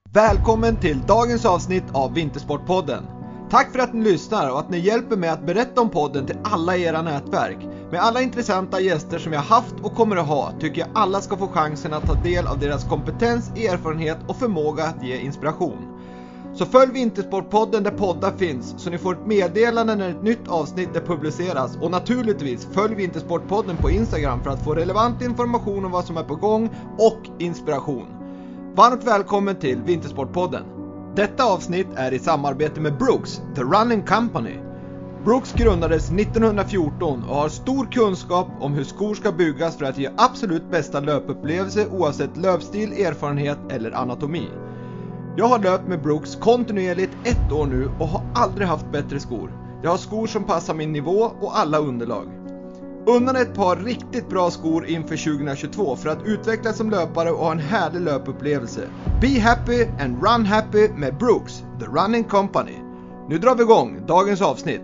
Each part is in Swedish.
Välkommen till dagens avsnitt av Vintersportpodden. Tack för att ni lyssnar och att ni hjälper mig att berätta om podden till alla era nätverk. Med alla intressanta gäster som jag haft och kommer att ha tycker jag alla ska få chansen att ta del av deras kompetens, erfarenhet och förmåga att ge inspiration. Så följ Vintersportpodden där poddar finns så ni får ett meddelande när ett nytt avsnitt är publiceras. Och naturligtvis följ Vintersportpodden på Instagram för att få relevant information om vad som är på gång och inspiration. Varmt välkommen till Vintersportpodden. Detta avsnitt är i samarbete med Brooks, The Running Company. Brooks grundades 1914 och har stor kunskap om hur skor ska byggas för att ge absolut bästa löpupplevelse oavsett löpstil, erfarenhet eller anatomi. Jag har löpt med Brooks kontinuerligt 1 år nu och har aldrig haft bättre skor. Jag har skor som passar min nivå och alla underlag. Undan ett par riktigt bra skor inför 2022 för att utvecklas som löpare och ha en härlig löpupplevelse. Be happy and run happy med Brooks, The Running Company. Nu drar vi igång dagens avsnitt.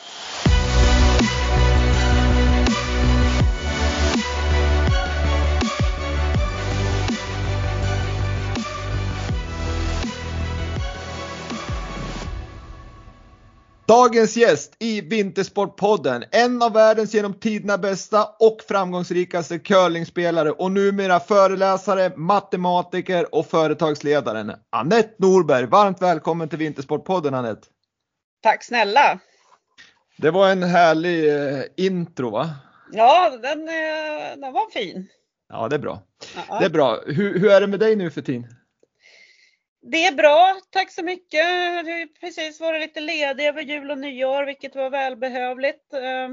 Dagens gäst i Vintersportpodden, en av världens genom tiderna bästa och framgångsrikaste curlingspelare och numera föreläsare, matematiker och företagsledaren Anette Norberg. Varmt välkommen till Vintersportpodden, Anette. Tack snälla. Det var en härlig intro, va? Ja, den var fin. Ja, det är bra. Ja. Det är bra. Hur är det med dig nu för tiden? Det är bra, tack så mycket. Jag har precis varit lite ledig över jul och nyår, vilket var välbehövligt.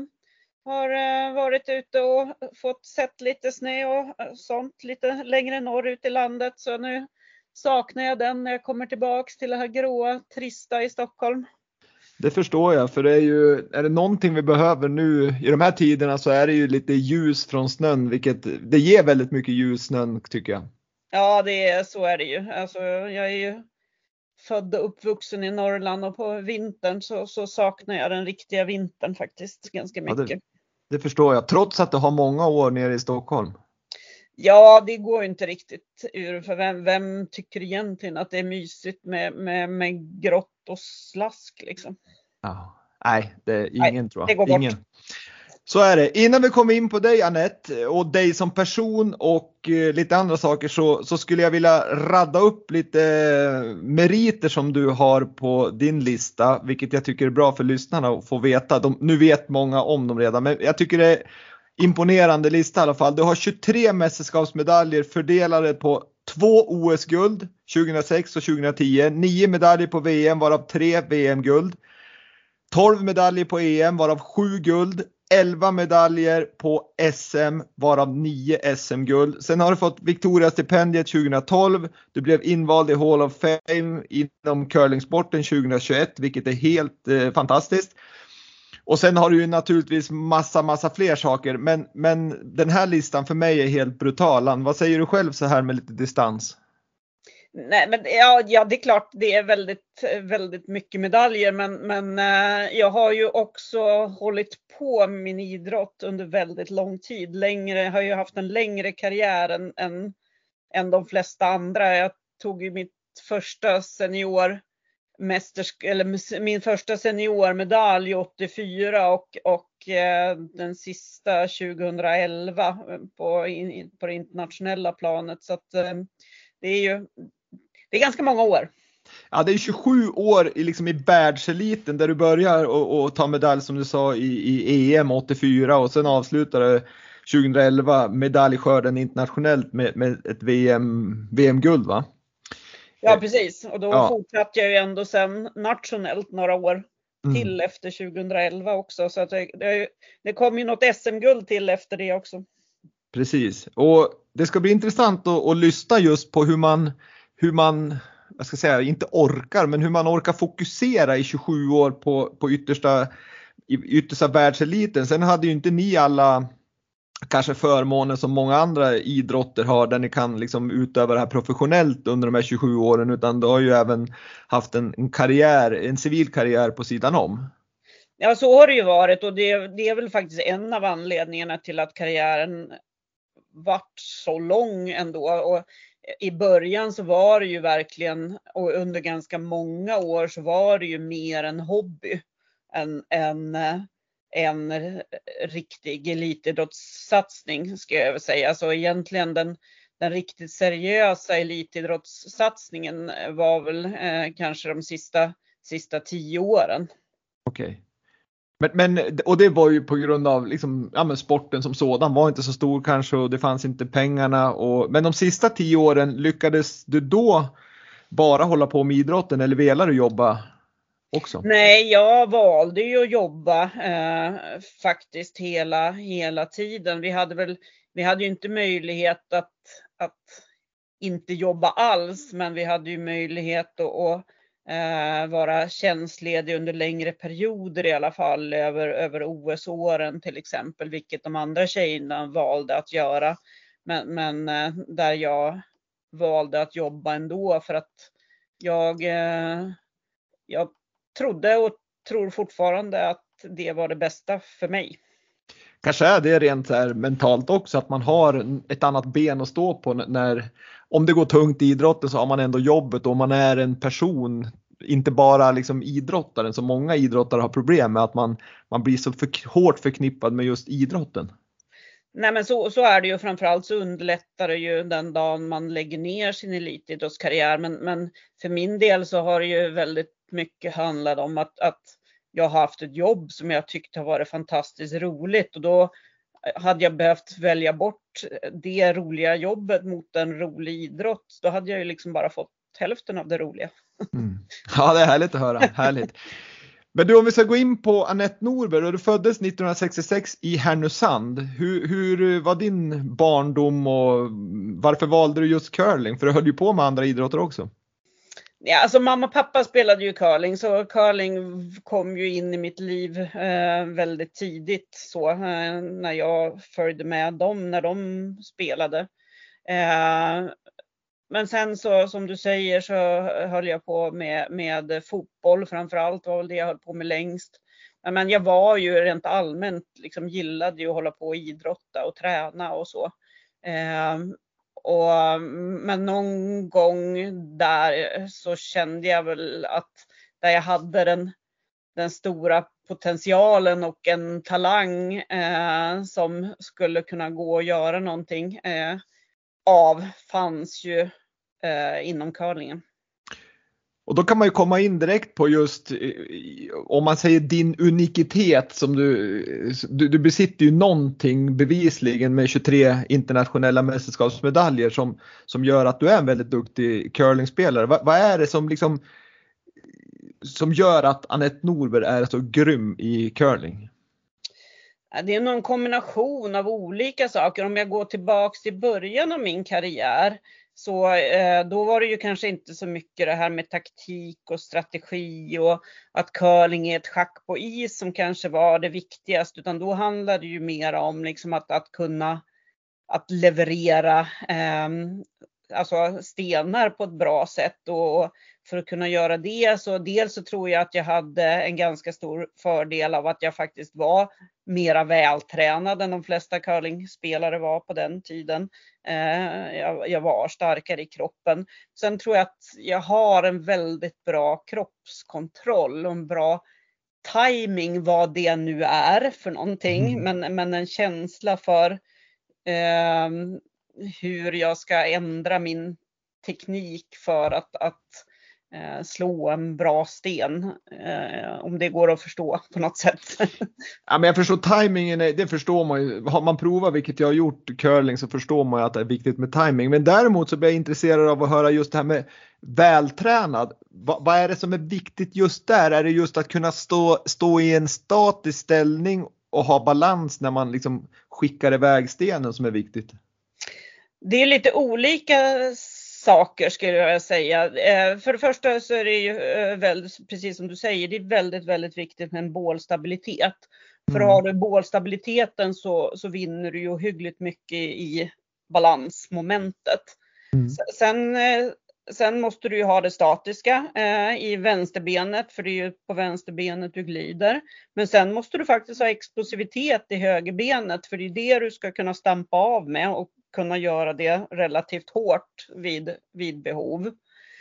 Har varit ute och fått sett lite snö och sånt lite längre norrut i landet. Så nu saknar jag den när jag kommer tillbaks till det här gråa, trista i Stockholm. Det förstår jag, för är det någonting vi behöver nu i de här tiderna så är det ju lite ljus från snön, vilket det ger väldigt mycket ljus snön, tycker jag. Ja, så är det ju. Alltså, jag är ju född och uppvuxen i Norrland och på vintern så saknar jag den riktiga vintern faktiskt ganska mycket. Ja, det förstår jag, trots att du har många år nere i Stockholm. Ja, det går inte riktigt ur, för vem tycker egentligen att det är mysigt med grått och slask liksom? Ja, nej, det är ingen. Nej, tror jag. Det går ingen. Bort. Så är det. Innan vi kommer in på dig, Anette, och dig som person och lite andra saker så skulle jag vilja radda upp lite meriter som du har på din lista, vilket jag tycker är bra för lyssnarna att få veta. Nu vet många om dem redan, men jag tycker det är imponerande lista i alla fall. Du har 23 mästerskapsmedaljer fördelade på 2 OS-guld 2006 och 2010, 9 medaljer på VM varav 3 VM-guld, 12 medaljer på EM varav 7 guld, 11 medaljer på SM varav 9 SM-guld. Sen har du fått Victoria-stipendiet 2012. Du blev invald i Hall of Fame inom curlingsporten 2021, vilket är helt fantastiskt. Och sen har du ju naturligtvis massa fler saker. Men den här listan för mig är helt brutal. Vad säger du själv så här med lite distans? Nej, men ja, det är klart det är väldigt, väldigt mycket medaljer, men jag har ju också hållit på med min idrott under väldigt lång tid. Har ju haft en längre karriär än de flesta andra. Jag tog ju min första seniormedalj 84 och den sista 2011 på det internationella planet, så att det är ganska många år. Ja, det är 27 år i världseliten där du börjar och ta medalj som du sa i EM 84 och sen avslutar du 2011 medaljskörden internationellt med ett VM-guld, va? Ja, precis. Och då fortsatte jag ju ändå sen nationellt några år till efter 2011 också. Så att det kom ju något SM-guld till efter det också. Precis. Och det ska bli intressant att lyssna just på hur man jag ska säga, inte orkar, men hur man orkar fokusera i 27 år på yttersta världseliten. Sen hade ju inte ni alla kanske förmåner som många andra idrotter har, där ni kan liksom utöva det här professionellt under de här 27 åren, utan du har ju även haft en civil karriär på sidan om. Ja, så har det ju varit, och det är väl faktiskt en av anledningarna till att karriären vart så lång ändå. Och i början så var det ju verkligen, och under ganska många år så var det ju mer en hobby än en riktig elitidrottssatsning, ska jag väl säga. Så egentligen den riktigt seriösa elitidrottssatsningen var väl kanske de sista 10 åren. Okej. Men och det var ju på grund av liksom, ja, men sporten som sådan var inte så stor kanske och det fanns inte pengarna. Men de sista 10 åren, lyckades du då bara hålla på med idrotten eller velade du jobba också? Nej, jag valde ju att jobba faktiskt hela tiden. Vi hade ju inte möjlighet att inte jobba alls, men vi hade ju möjlighet att vara tjänstledig under längre perioder i alla fall, över OS-åren till exempel, vilket de andra tjejerna valde att göra. Men där jag valde att jobba ändå för att jag trodde och tror fortfarande att det var det bästa för mig. Kanske är det rent så här mentalt också, att man har ett annat ben att stå på om det går tungt i idrotten så har man ändå jobbet och man är en person, inte bara liksom idrottaren som många idrottare har problem med, att man blir så hårt förknippad med just idrotten. Nej, men så är det ju. Framförallt så underlättar det ju den dagen man lägger ner sin elitidrottskarriär. Men för min del så har det ju väldigt mycket handlat om att jag har haft ett jobb som jag tyckte har varit fantastiskt roligt. Och då hade jag behövt välja bort det roliga jobbet mot en rolig idrott. Då hade jag ju liksom bara fått hälften av det roliga. Mm. Ja, det är härligt att höra. Härligt. Men du, om vi ska gå in på Anette Norberg, och du föddes 1966 i Härnösand. Hur var din barndom och varför valde du just curling? För du höll ju på med andra idrotter också. Ja, alltså mamma och pappa spelade ju curling, så curling kom ju in i mitt liv väldigt tidigt så, när jag följde med dem när de spelade. Men sen så, som du säger, så höll jag på med fotboll framförallt, var väl det jag höll på med längst. Men jag var ju rent allmänt, liksom gillade ju att hålla på och idrotta och träna och så. Men någon gång där så kände jag väl att där jag hade den stora potentialen och en talang som skulle kunna gå och göra någonting fanns ju inom curlingen. Och då kan man ju komma in direkt på just, om man säger din unikitet, som du besitter ju någonting bevisligen med 23 internationella mästerskapsmedaljer som gör att du är en väldigt duktig curlingspelare. Vad är det som gör att Anette Norberg är så grym i curling? Det är någon kombination av olika saker. Om jag går tillbaks till början av min karriär, så då var det ju kanske inte så mycket det här med taktik och strategi och att curling är ett schack på is som kanske var det viktigaste, utan då handlade det ju mer om liksom att kunna att leverera alltså stenar på ett bra sätt. Och för att kunna göra det, så dels så tror jag att jag hade en ganska stor fördel av att jag faktiskt var mera vältränad än de flesta curlingspelare var på den tiden. Jag var starkare i kroppen. Sen tror jag att jag har en väldigt bra kroppskontroll och en bra timing, vad det nu är för någonting. Men en känsla för hur jag ska ändra min teknik för att slå en bra sten, om det går att förstå på något sätt. Ja, men jag förstår timingen, det förstår man ju. Har man provat, vilket jag har gjort, curling, så förstår man ju att det är viktigt med timing. Men däremot så blir jag intresserad av att höra just det här med vältränad. Vad är det som är viktigt just där? Är det just att kunna stå i en statisk ställning och ha balans när man liksom skickar iväg stenen som är viktigt? Det är lite olika saker, skulle jag säga. För det första så är det ju väldigt, precis som du säger, det är väldigt, väldigt viktigt med en bålstabilitet. För har du bålstabiliteten så vinner du ju hyggligt mycket i balansmomentet. Sen måste du ju ha det statiska i vänsterbenet, för det är ju på vänsterbenet du glider. Men sen måste du faktiskt ha explosivitet i högerbenet, för det är det du ska kunna stampa av med och kunna göra det relativt hårt vid behov.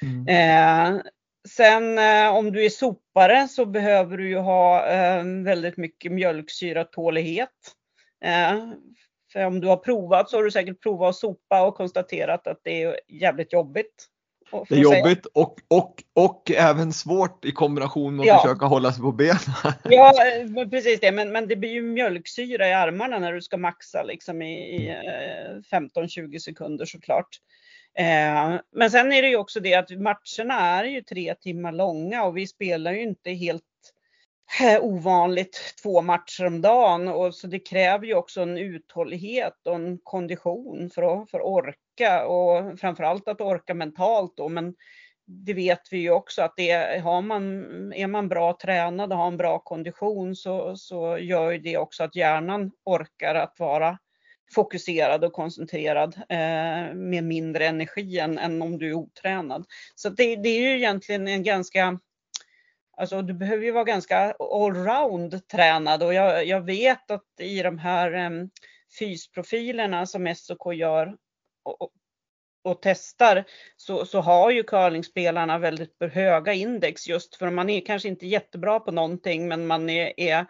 Sen om du är sopare så behöver du ju ha väldigt mycket mjölksyratålighet. För om du har provat så har du säkert provat att sopa och konstaterat att det är jävligt jobbigt. Det är jobbigt och även svårt i kombination med att försöka hålla sig på benen. Ja, precis det. Men det blir ju mjölksyra i armarna när du ska maxa liksom i 15-20 sekunder såklart. Men sen är det ju också det att matcherna är ju 3 timmar långa och vi spelar ju inte helt ovanligt 2 matcher om dagen, och så det kräver ju också en uthållighet och en kondition för att orka, och framförallt att orka mentalt då. Men det vet vi ju också att är man bra tränad och har en bra kondition så gör ju det också att hjärnan orkar att vara fokuserad och koncentrerad med mindre energi än om du är otränad. Så det är ju egentligen en ganska, alltså du behöver ju vara ganska allround tränad, och jag vet att i de här fysprofilerna som SOK gör och testar så har ju curlingspelarna väldigt höga index, just för man är kanske inte jättebra på någonting, men man är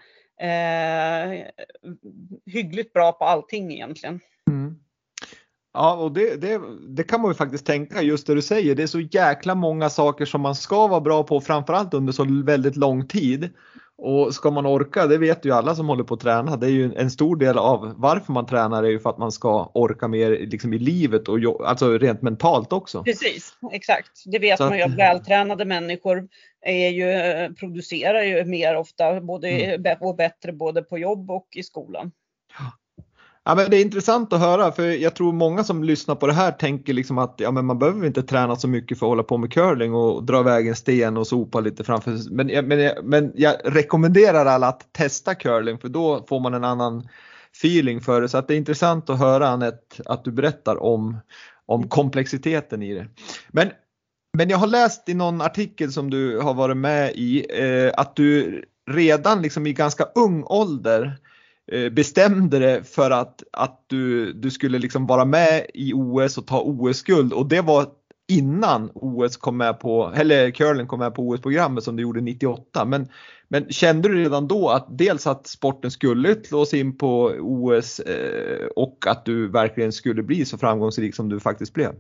hyggligt bra på allting egentligen. Ja, och det kan man ju faktiskt tänka, just det du säger. Det är så jäkla många saker som man ska vara bra på, framförallt under så väldigt lång tid. Och ska man orka, det vet ju alla som håller på att träna. Det är ju en stor del av varför man tränar, är ju för att man ska orka mer liksom i livet och alltså rent mentalt också. Precis, exakt. Det vet man ju att vältränade människor producerar ju mer ofta och bättre både på jobb och i skolan. Ja, men det är intressant att höra, för jag tror många som lyssnar på det här tänker liksom att men man behöver inte träna så mycket för att hålla på med curling och dra iväg en sten och sopa lite framför. Men jag rekommenderar alla att testa curling, för då får man en annan feeling för det. Så att det är intressant att höra, Anette, att du berättar om komplexiteten i det. Men jag har läst i någon artikel som du har varit med i att du redan liksom i ganska ung ålder bestämde det för att du skulle liksom vara med i OS och ta OS-guld, och det var innan OS kom med på, eller curling kom med på OS-programmet som du gjorde 98. Men kände du redan då att dels att sporten skulle slås in på OS och att du verkligen skulle bli så framgångsrik som du faktiskt blev?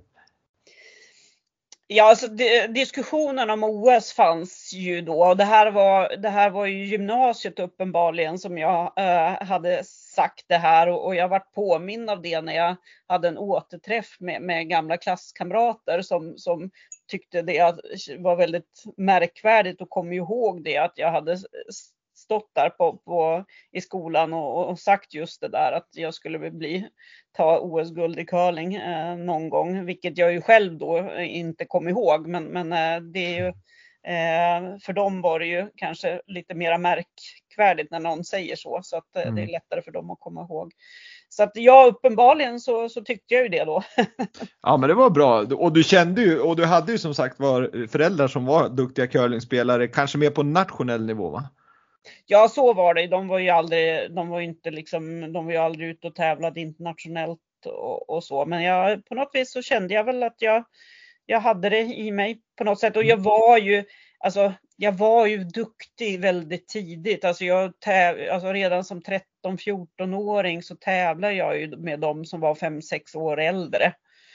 Ja, alltså diskussionen om OS fanns ju då, och det här var ju gymnasiet uppenbarligen som jag hade sagt det här, och jag var påmind av det när jag hade en återträff med gamla klasskamrater som tyckte det var väldigt märkvärdigt, och kom ihåg det att jag hade stått där i skolan och sagt just det där att jag skulle ta OS-guld i curling någon gång, vilket jag ju själv då inte kom ihåg, men det är ju för dem var det ju kanske lite mer märkvärdigt när någon säger så att det är lättare för dem att komma ihåg. Så att uppenbarligen så tyckte jag ju det då. Ja, men det var bra. Och du kände ju, och du hade ju som sagt föräldrar som var duktiga curlingspelare, kanske mer på nationell nivå, va? Ja, så var det. De var ju aldrig ute och tävlade internationellt och så. Men på något vis så kände jag väl att jag hade det i mig på något sätt. Och jag var ju duktig väldigt tidigt. Alltså redan som 13-14-åring så tävlade jag ju med dem som var 5-6 år äldre.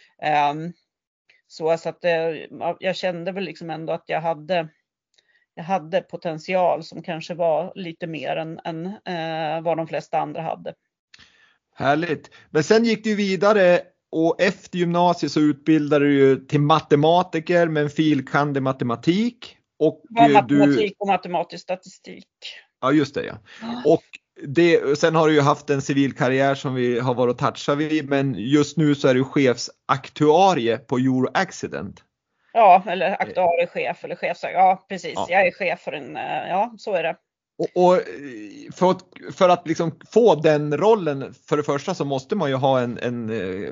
Så att jag kände väl liksom ändå att jag hade potential som kanske var lite mer än vad de flesta andra hade. Härligt. Men sen gick du vidare, och efter gymnasiet så utbildade du till matematiker med en fil.kand. i matematik. Matematik och matematisk statistik. Ja, just det, ja. Och sen har du ju haft en civil karriär som vi har varit och touchat vid, men just nu så är du chefsaktuarie på Euro-Accident. Ja, eller aktuariechef eller chefsakt. Ja, precis. Ja. Jag är chef för så är det. Och för att liksom få den rollen, för det första så måste man ju ha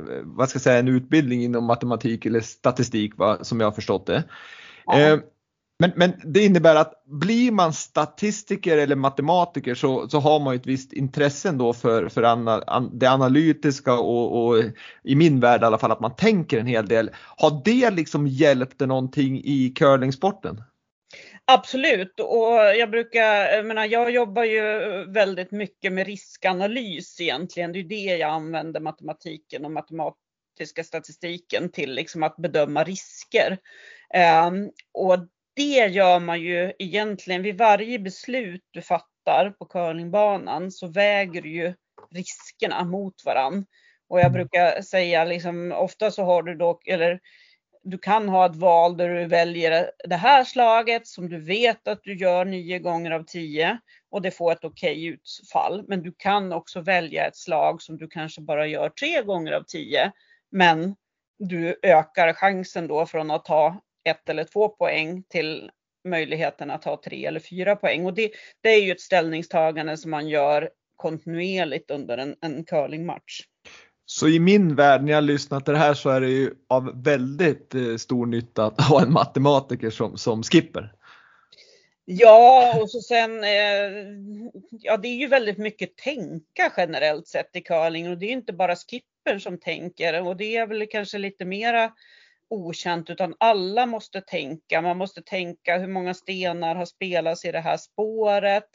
en utbildning inom matematik eller statistik, som jag har förstått det. Ja. Men det innebär att blir man statistiker eller matematiker så har man ju ett visst intresse då för det analytiska och i min värld i alla fall att man tänker en hel del. Har det liksom hjälpt dig någonting i curlingsporten? Absolut, och jag jobbar ju väldigt mycket med riskanalys egentligen. Det är det jag använder matematiken och matematiska statistiken till, liksom att bedöma risker. Och det gör man ju egentligen vid varje beslut du fattar på curlingbanan, så väger du ju riskerna mot varann. Och jag brukar säga liksom, ofta så har du då, eller du kan ha ett val där du väljer det här slaget som du vet att du gör 9 gånger av 10 och det får ett okej utfall. Men du kan också välja ett slag som du kanske bara gör 3 gånger av 10. Men du ökar chansen då från att ta 1 eller 2 poäng till möjligheten att ta 3 eller 4 poäng. Och det är ju ett ställningstagande som man gör kontinuerligt under en curlingmatch. Så i min värld, när jag lyssnar till det här, så är det ju av väldigt stor nytta att ha en matematiker som skipper. Ja, och så sen, det är ju väldigt mycket tänka generellt sett i curling, och det är inte bara skippern som tänker, och det är väl kanske lite mera okänt, utan alla måste tänka. Man måste tänka hur många stenar har spelats i det här spåret.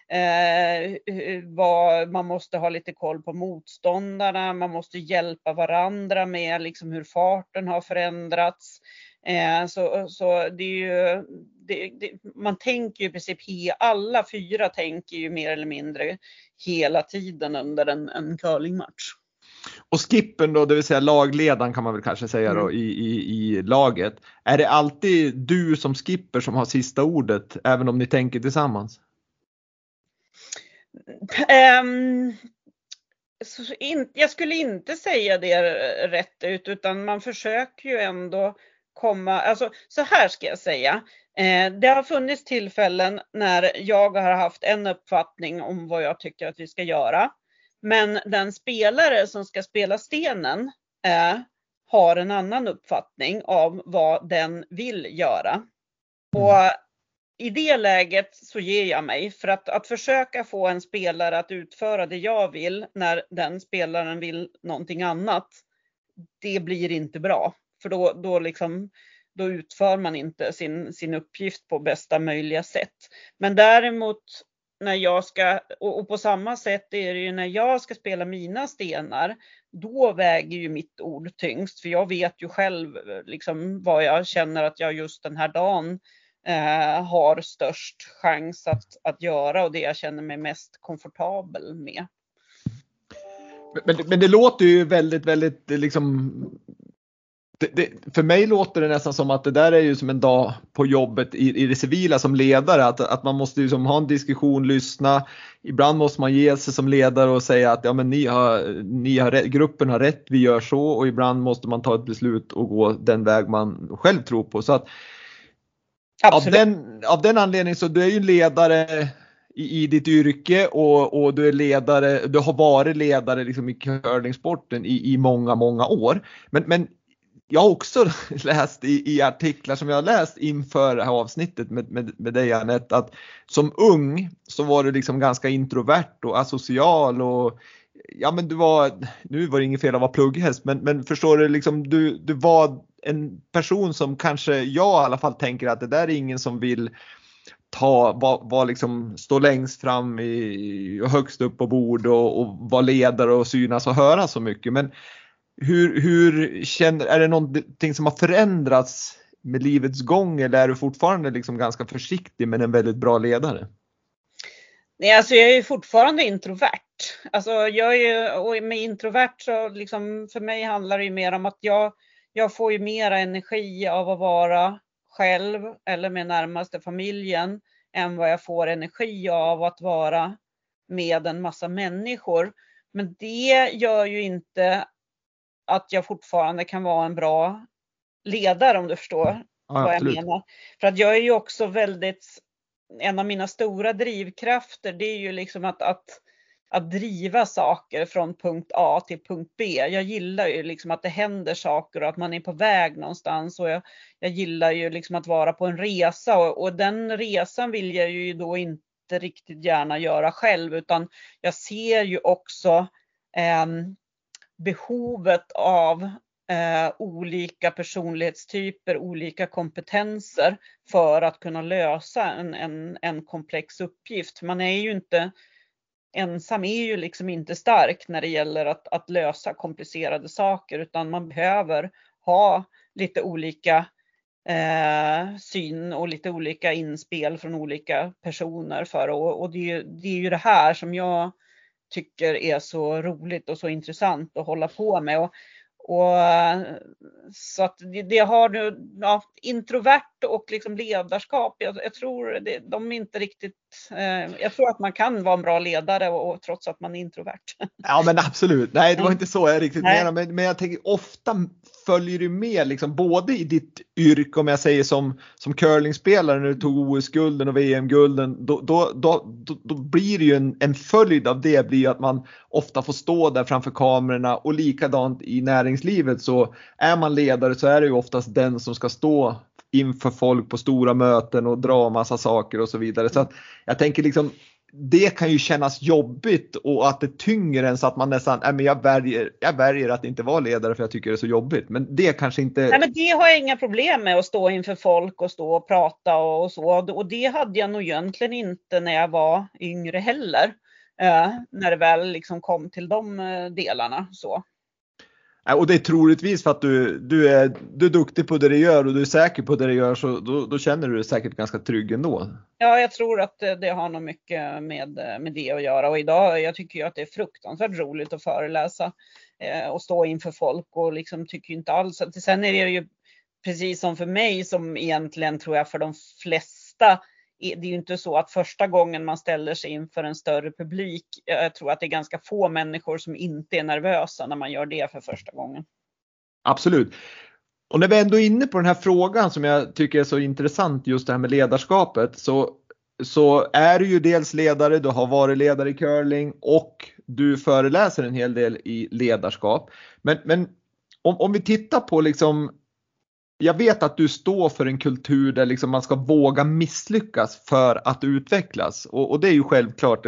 Man måste ha lite koll på motståndarna. Man måste hjälpa varandra med liksom hur farten har förändrats. Så det är ju, man tänker ju i princip alla 4 tänker ju mer eller mindre hela tiden under en curlingmatch. Och skippen då, det vill säga lagledaren kan man väl kanske säga då, i laget. Är det alltid du som skipper som har sista ordet, även om ni tänker tillsammans? Jag skulle inte säga det rätt ut, utan man försöker ju ändå alltså så här ska jag säga. Det har funnits tillfällen när jag har haft en uppfattning om vad jag tycker att vi ska göra. Men den spelare som ska spela stenen har en annan uppfattning av vad den vill göra. Och i det läget så ger jag mig, för att försöka få en spelare att utföra det jag vill när den spelaren vill någonting annat. Det blir inte bra, för då utför man inte sin uppgift på bästa möjliga sätt. Men däremot när jag ska, och på samma sätt är det ju när jag ska spela mina stenar, då väger ju mitt ord tyngst, för jag vet ju själv liksom vad jag känner att jag just den här dagen har störst chans att göra, och det jag känner mig mest komfortabel med. Men det låter ju väldigt, väldigt liksom... För mig låter det nästan som att det där är ju som en dag på jobbet i det civila som ledare. Att man måste ju som ha en diskussion, lyssna. Ibland måste man ge sig som ledare och säga att ja, men gruppen har rätt, vi gör så. Och ibland måste man ta ett beslut och gå den väg man själv tror på. Så att av den anledningen, så du är ju ledare i ditt yrke och du är ledare, du har varit ledare liksom i curlingsporten i många, många år. Men jag har också läst i artiklar som jag har läst inför det här avsnittet med dig, Anette, att som ung så var du liksom ganska introvert och asocial, och ja, men nu var det inget fel att vara plugghäst, men förstår du, liksom du var en person som kanske jag i alla fall tänker att det där är ingen som vill liksom stå längst fram och högst upp på bord och vara ledare och synas och höra så mycket. Men är det någonting som har förändrats med livets gång, eller är du fortfarande liksom ganska försiktig men en väldigt bra ledare? Nej, alltså jag är ju fortfarande introvert. Alltså och med introvert så liksom, för mig handlar det ju mer om att jag får ju mera energi av att vara själv eller med närmaste familjen än vad jag får energi av att vara med en massa människor. Men det gör ju inte att jag fortfarande kan vara en bra ledare, om du förstår vad jag menar. För att jag är ju också en av mina stora drivkrafter, det är ju liksom att att driva saker från punkt A till punkt B. Jag gillar ju liksom att det händer saker och att man är på väg någonstans, och jag gillar ju liksom att vara på en resa, och den resan vill jag ju då inte riktigt gärna göra själv, utan jag ser ju också behovet av olika personlighetstyper, olika kompetenser för att kunna lösa en komplex uppgift. Man är ju inte ensam, är ju liksom inte stark när det gäller att lösa komplicerade saker, utan man behöver ha lite olika syn och lite olika inspel från olika personer och det är ju det här som jag tycker är så roligt och så intressant att hålla på med. Och så att det har nu, introvert och liksom ledarskap, jag tror de är inte riktigt, jag tror att man kan vara en bra ledare och trots att man är introvert. Ja, men absolut. Nej, det var inte så jag riktigt menade, men jag tänker ofta följer du med liksom både i ditt yrke, om jag säger som curlingspelare när du tog OS-gulden och VM-gulden, då blir det ju en följd av det blir ju att man ofta får stå där framför kamerorna, och likadant i näringslivet, så är man ledare så är det ju oftast den som ska stå inför folk på stora möten och dra massa saker och så vidare. Så att jag tänker liksom det kan ju kännas jobbigt och att det tynger en så att man nästan, men jag väljer att inte vara ledare för jag tycker det är så jobbigt. Men det kanske inte... Nej, men det har jag inga problem med, att stå inför folk och stå och prata och så. Och det hade jag nog egentligen inte när jag var yngre heller. När det väl liksom kom till de delarna så. Och det är troligtvis för att du är duktig på det du gör och du är säker på det du gör, så då känner du dig säkert ganska trygg ändå. Ja, jag tror att det har nog mycket med det att göra, och idag jag tycker ju att det är fruktansvärt roligt att föreläsa och stå inför folk, och liksom tycker inte alls att sen är det ju precis som för mig, som egentligen tror jag för de flesta, det är ju inte så att första gången man ställer sig inför en större publik, jag tror att det är ganska få människor som inte är nervösa när man gör det för första gången. Absolut. Och när vi ändå är inne på den här frågan som jag tycker är så intressant, just det här med ledarskapet, så är du ju dels ledare, du har varit ledare i curling och du föreläser en hel del i ledarskap. Men om vi tittar på liksom, jag vet att du står för en kultur där liksom man ska våga misslyckas för att utvecklas. Och det är ju självklart.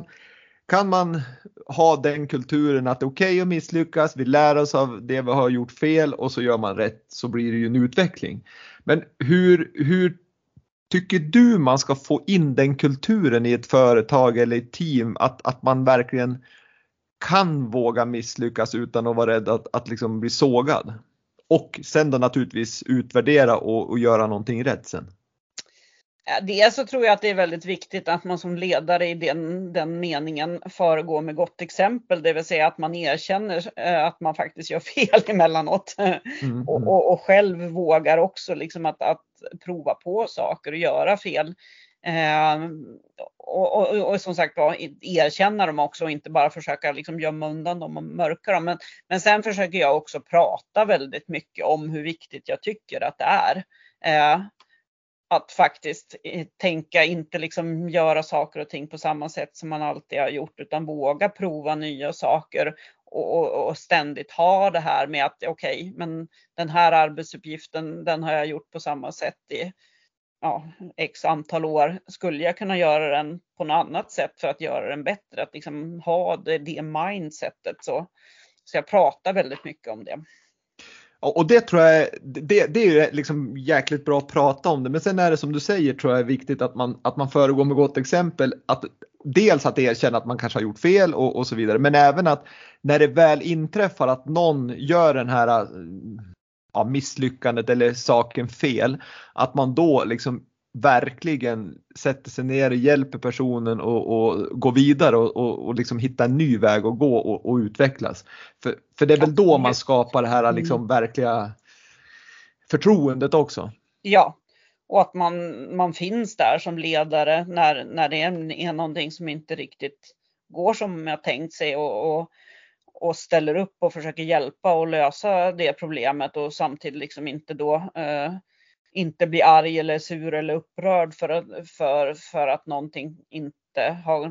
Kan man ha den kulturen att det är okej att misslyckas, vi lär oss av det vi har gjort fel och så gör man rätt, så blir det ju en utveckling. Men hur tycker du man ska få in den kulturen i ett företag eller ett team, att man verkligen kan våga misslyckas utan att vara rädd att liksom bli sågad? Och sen då naturligtvis utvärdera och göra någonting rätt sen. Dels så tror jag att det är väldigt viktigt att man som ledare i den meningen föregår med gott exempel. Det vill säga att man erkänner att man faktiskt gör fel emellanåt. Och själv vågar också liksom att prova på saker och göra fel. Och som sagt erkänna dem också, och inte bara försöka liksom gömma undan dem och mörka dem. Men sen försöker jag också prata väldigt mycket om hur viktigt jag tycker att det är. Att faktiskt tänka, inte liksom göra saker och ting på samma sätt som man alltid har gjort, utan våga prova nya saker och ständigt ha det här med att okej, men den här arbetsuppgiften, den har jag gjort på samma sätt i x antal år. Skulle jag kunna göra den på något annat sätt för att göra den bättre? Att liksom ha det mindsetet. Så jag pratar väldigt mycket om det. Och det tror jag, det är ju liksom jäkligt bra att prata om det. Men sen är det som du säger, tror jag är viktigt att man föregår med gott exempel. Att dels att erkänna att man kanske har gjort fel och så vidare. Men även att när det väl inträffar att någon gör den här misslyckandet eller saken fel, att man då liksom verkligen sätter sig ner och hjälper personen och går vidare och liksom hitta en ny väg att gå och utvecklas. För det är väl då man skapar det här liksom verkliga förtroendet också. Ja, och att man finns där som ledare när det är någonting som inte riktigt går som jag tänkt sig, och ställer upp och försöker hjälpa och lösa det problemet, och samtidigt liksom inte då inte bli arg eller sur eller upprörd för att någonting inte har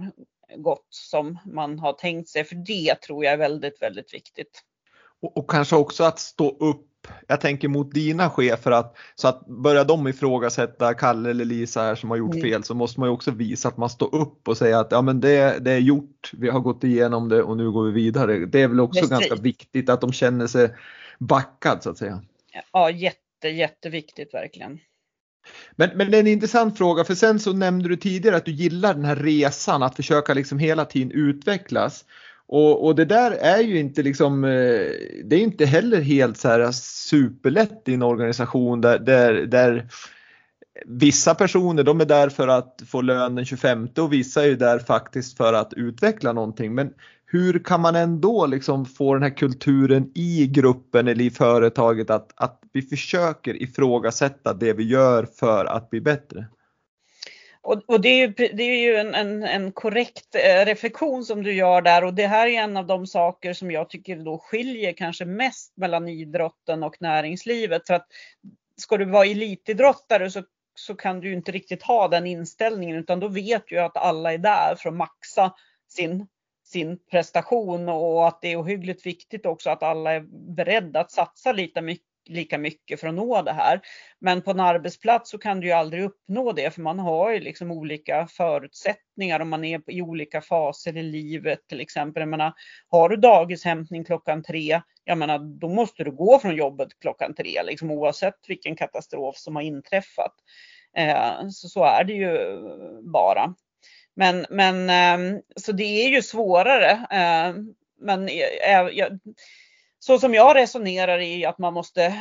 gott som man har tänkt sig. För det tror jag är väldigt, väldigt viktigt. Och kanske också att stå upp, jag tänker mot dina chefer, så att börjar de ifrågasätta Kalle eller Lisa här som har gjort fel, så måste man ju också visa att man står upp och säga att ja, men det är gjort, vi har gått igenom det och nu går vi vidare. Det är väl också ganska viktigt att de känner sig backad så att säga. Ja, jätteviktigt verkligen. Men det är en intressant fråga, för sen så nämnde du tidigare att du gillar den här resan, att försöka liksom hela tiden utvecklas. Och det där är ju inte liksom, det är inte heller helt så här superlätt i en organisation där vissa personer, de är där för att få lön den 25 och vissa är ju där faktiskt för att utveckla någonting. Men hur kan man ändå liksom få den här kulturen i gruppen eller i företaget att vi försöker ifrågasätta det vi gör för att bli bättre? Och det är ju en korrekt reflektion som du gör där, och det här är en av de saker som jag tycker då skiljer kanske mest mellan idrotten och näringslivet. För att ska du vara elitidrottare så kan du ju inte riktigt ha den inställningen, utan då vet du att alla är där för att maxa sin prestation, och att det är ohyggligt viktigt också att alla är beredda att satsa lika mycket för att nå det här. Men på en arbetsplats så kan du ju aldrig uppnå det, för man har ju liksom olika förutsättningar och man är i olika faser i livet. Till exempel, jag menar, har du dagishämtning 3:00, jag menar, då måste du gå från jobbet 3:00, liksom, oavsett vilken katastrof som har inträffat. Så är det ju bara. Men så det är ju svårare. Men så som jag resonerar i att man måste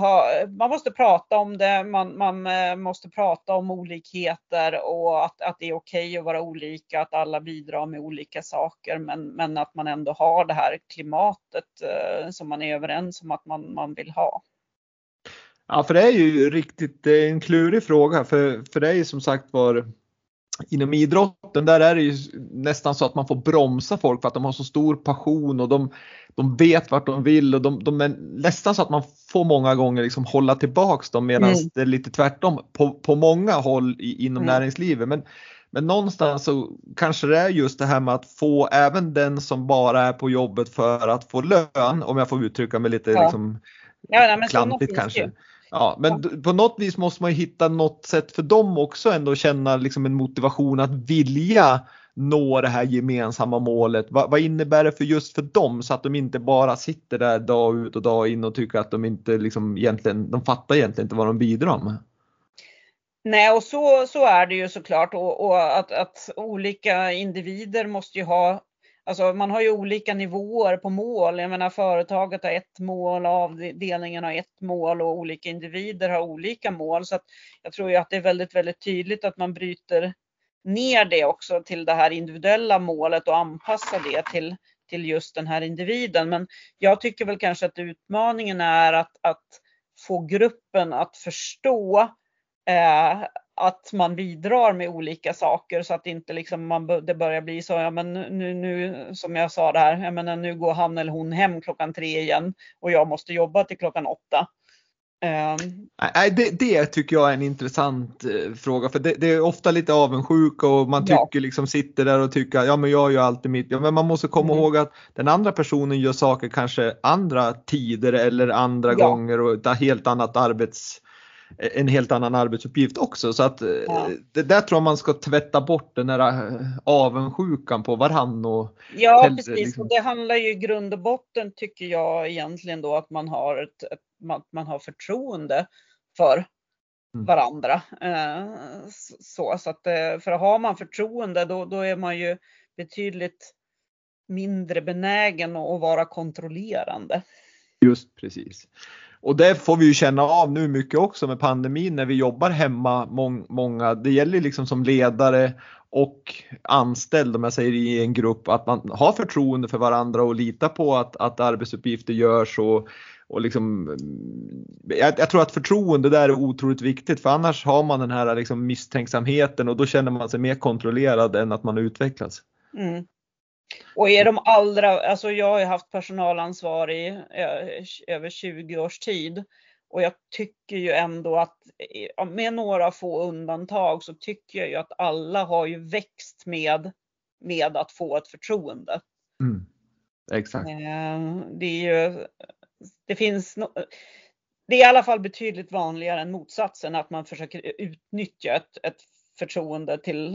prata om det, man måste prata om olikheter och att det är okej att vara olika, att alla bidrar med olika saker, men att man ändå har det här klimatet som man är överens om att man vill ha. Ja, för det är ju riktigt en klurig fråga, för det är ju som sagt inom idrotten, där är det ju nästan så att man får bromsa folk för att de har så stor passion och de vet vart de vill, och de är nästan så att man får många gånger liksom hålla tillbaks dem, medan det är lite tvärtom på många håll inom näringslivet. Men någonstans så kanske det är just det här med att få även den som bara är på jobbet för att få lön, om jag får uttrycka mig lite liksom klantigt kanske. Ja, men på något vis måste man ju hitta något sätt för dem också ändå känna liksom en motivation att vilja nå det här gemensamma målet. Vad innebär det för dem, så att de inte bara sitter där dag ut och dag in och tycker att de inte liksom de fattar egentligen inte vad de bidrar med. Nej, och så är det ju såklart, och att olika individer måste ju ha, alltså man har ju olika nivåer på mål. Jag menar, företaget har ett mål, avdelningen har ett mål och olika individer har olika mål. Så att jag tror ju att det är väldigt, väldigt tydligt att man bryter ner det också till det här individuella målet och anpassar det till just den här individen. Men jag tycker väl kanske att utmaningen är att få gruppen att förstå att man bidrar med olika saker, så att inte liksom det börjar bli så, ja men nu som jag sa där, jag menar, nu går han eller hon hem 3:00 igen och jag måste jobba till 8:00. Det tycker jag är en intressant fråga, för det är ofta lite avundsjuka och man tycker liksom sitter där och tycker ja men jag gör alltid mitt. Ja, men man måste komma ihåg att den andra personen gör saker kanske andra tider eller andra gånger och ett helt annat en helt annan arbetsuppgift också, så att det där tror jag man ska tvätta bort, den där avundsjukan på varann. Ja, precis, liksom. Och det handlar ju i grund och botten, tycker jag egentligen då, att man har förtroende för varandra. Så att för att har man förtroende då är man ju betydligt mindre benägen att vara kontrollerande. Just precis. Och det får vi ju känna av nu mycket också med pandemin när vi jobbar hemma många. Det gäller liksom som ledare och anställd, om jag säger i en grupp, att man har förtroende för varandra och litar på att arbetsuppgifter görs och liksom, jag tror att förtroende där är otroligt viktigt, för annars har man den här liksom misstänksamheten och då känner man sig mer kontrollerad än att man utvecklas. Och alltså jag har ju haft personalansvar i över 20 års tid, och jag tycker ju ändå att med några få undantag så tycker jag ju att alla har ju växt med med att få ett förtroende. Exakt. Det är i alla fall betydligt vanligare än motsatsen, att man försöker utnyttja ett förtroende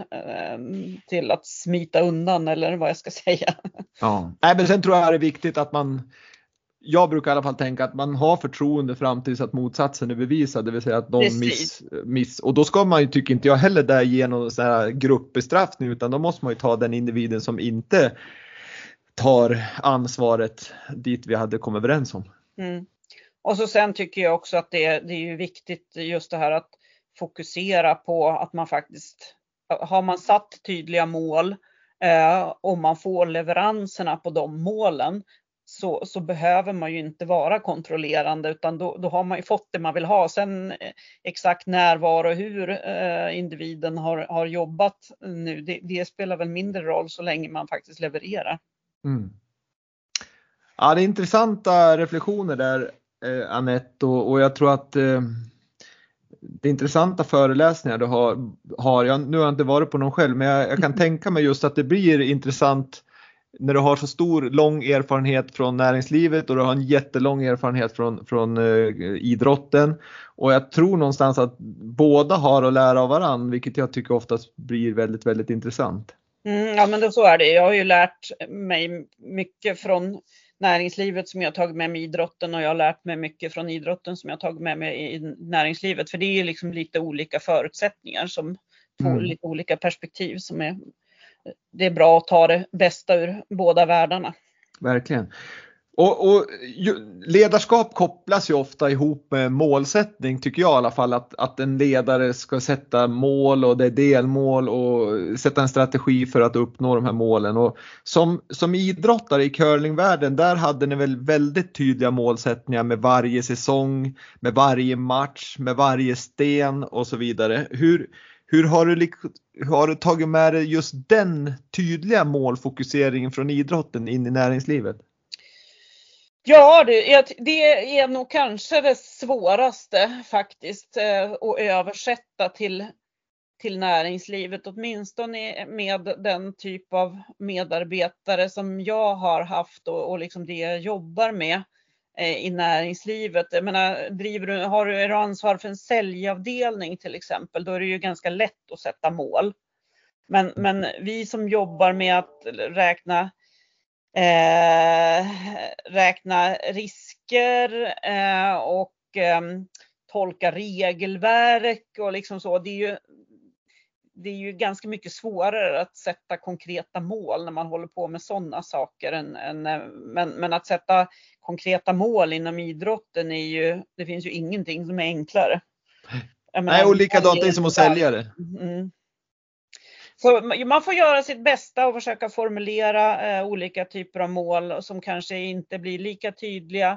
till att smita undan, eller vad jag ska säga. Ja. Nej, men sen tror jag det är viktigt att jag brukar i alla fall tänka att man har förtroende fram tills att motsatsen är bevisad, det vill säga att någon miss. Och då ska man ju, tycker inte jag heller, där ge någon sån här gruppbestraffning, utan då måste man ju ta den individen som inte tar ansvaret dit vi hade kommit överens om. Och så sen tycker jag också att det är ju viktigt just det här att fokusera på att man faktiskt, har man satt tydliga mål och man får leveranserna på de målen, så behöver man ju inte vara kontrollerande, utan då har man ju fått det man vill ha. Sen exakt när, var och hur individen har jobbat nu, det spelar väl mindre roll så länge man faktiskt levererar. Ja, det är intressanta reflektioner där, Anette, och jag tror att det är intressanta föreläsningar du har. Nu har jag inte varit på någon själv, men jag kan tänka mig just att det blir intressant när du har så lång erfarenhet från näringslivet och du har en jättelång erfarenhet från idrotten. Och jag tror någonstans att båda har att lära av varann, vilket jag tycker oftast blir väldigt, väldigt intressant. Ja, men då så är det. Jag har ju lärt mig mycket från näringslivet som jag har tagit med mig i idrotten, och jag har lärt mig mycket från idrotten som jag har tagit med mig i näringslivet. För det är liksom lite olika förutsättningar, som två lite olika perspektiv, som det är bra att ta det bästa ur båda världarna. Verkligen. Och ledarskap kopplas ju ofta ihop med målsättning, tycker jag i alla fall, att en ledare ska sätta mål, och det är delmål, och sätta en strategi för att uppnå de här målen. Och som idrottare i curlingvärlden, där hade ni väl väldigt tydliga målsättningar med varje säsong, med varje match, med varje sten och så vidare. Hur har du tagit med dig just den tydliga målfokuseringen från idrotten in i näringslivet? Ja, det är nog kanske det svåraste faktiskt, att översätta till näringslivet, åtminstone med den typ av medarbetare som jag har haft och liksom det jag jobbar med i näringslivet. Jag menar, har du ansvar för en säljavdelning till exempel, då är det ju ganska lätt att sätta mål. Men vi som jobbar med att räkna risker och tolka regelverk och liksom så, det är ju ganska mycket svårare att sätta konkreta mål när man håller på med sådana saker men att sätta konkreta mål inom idrotten det finns ju ingenting som är enklare. Nej, och likadant det är som att sälja det. Så man får göra sitt bästa och försöka formulera olika typer av mål som kanske inte blir lika tydliga,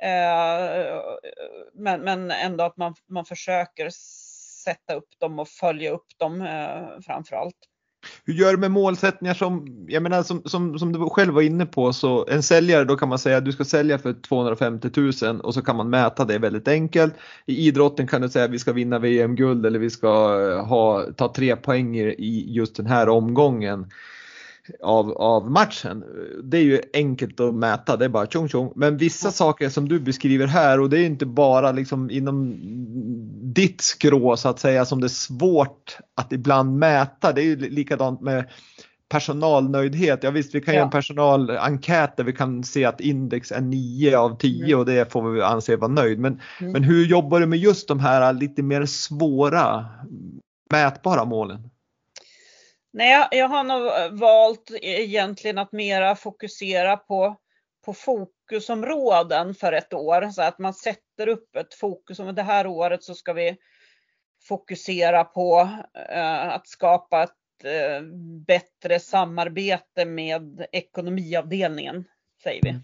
men ändå att man försöker sätta upp dem och följa upp dem framförallt. Hur gör du med målsättningar som du själv var inne på, så en säljare, då kan man säga att du ska sälja för 250 000 och så kan man mäta det väldigt enkelt. I idrotten kan du säga att vi ska vinna VM-guld eller vi ska ta 3 poäng i just den här omgången av matchen. Det är ju enkelt att mäta, det är bara tjong tjong. Men vissa saker som du beskriver här, och det är inte bara liksom inom ditt skrå så att säga som det är svårt att ibland mäta. Det är ju likadant med personalnöjdhet. Ja visst, vi kan göra en personalenkät där vi kan se att index är 9 av 10 och det får vi anse vara nöjd. Men hur jobbar du med just de här lite mer svåra mätbara målen? Nej, jag har nog valt egentligen att mera fokusera på fokusområden för ett år. Så att man sätter upp ett fokus. Om det här året så ska vi fokusera på att skapa ett bättre samarbete med ekonomiavdelningen, säger vi.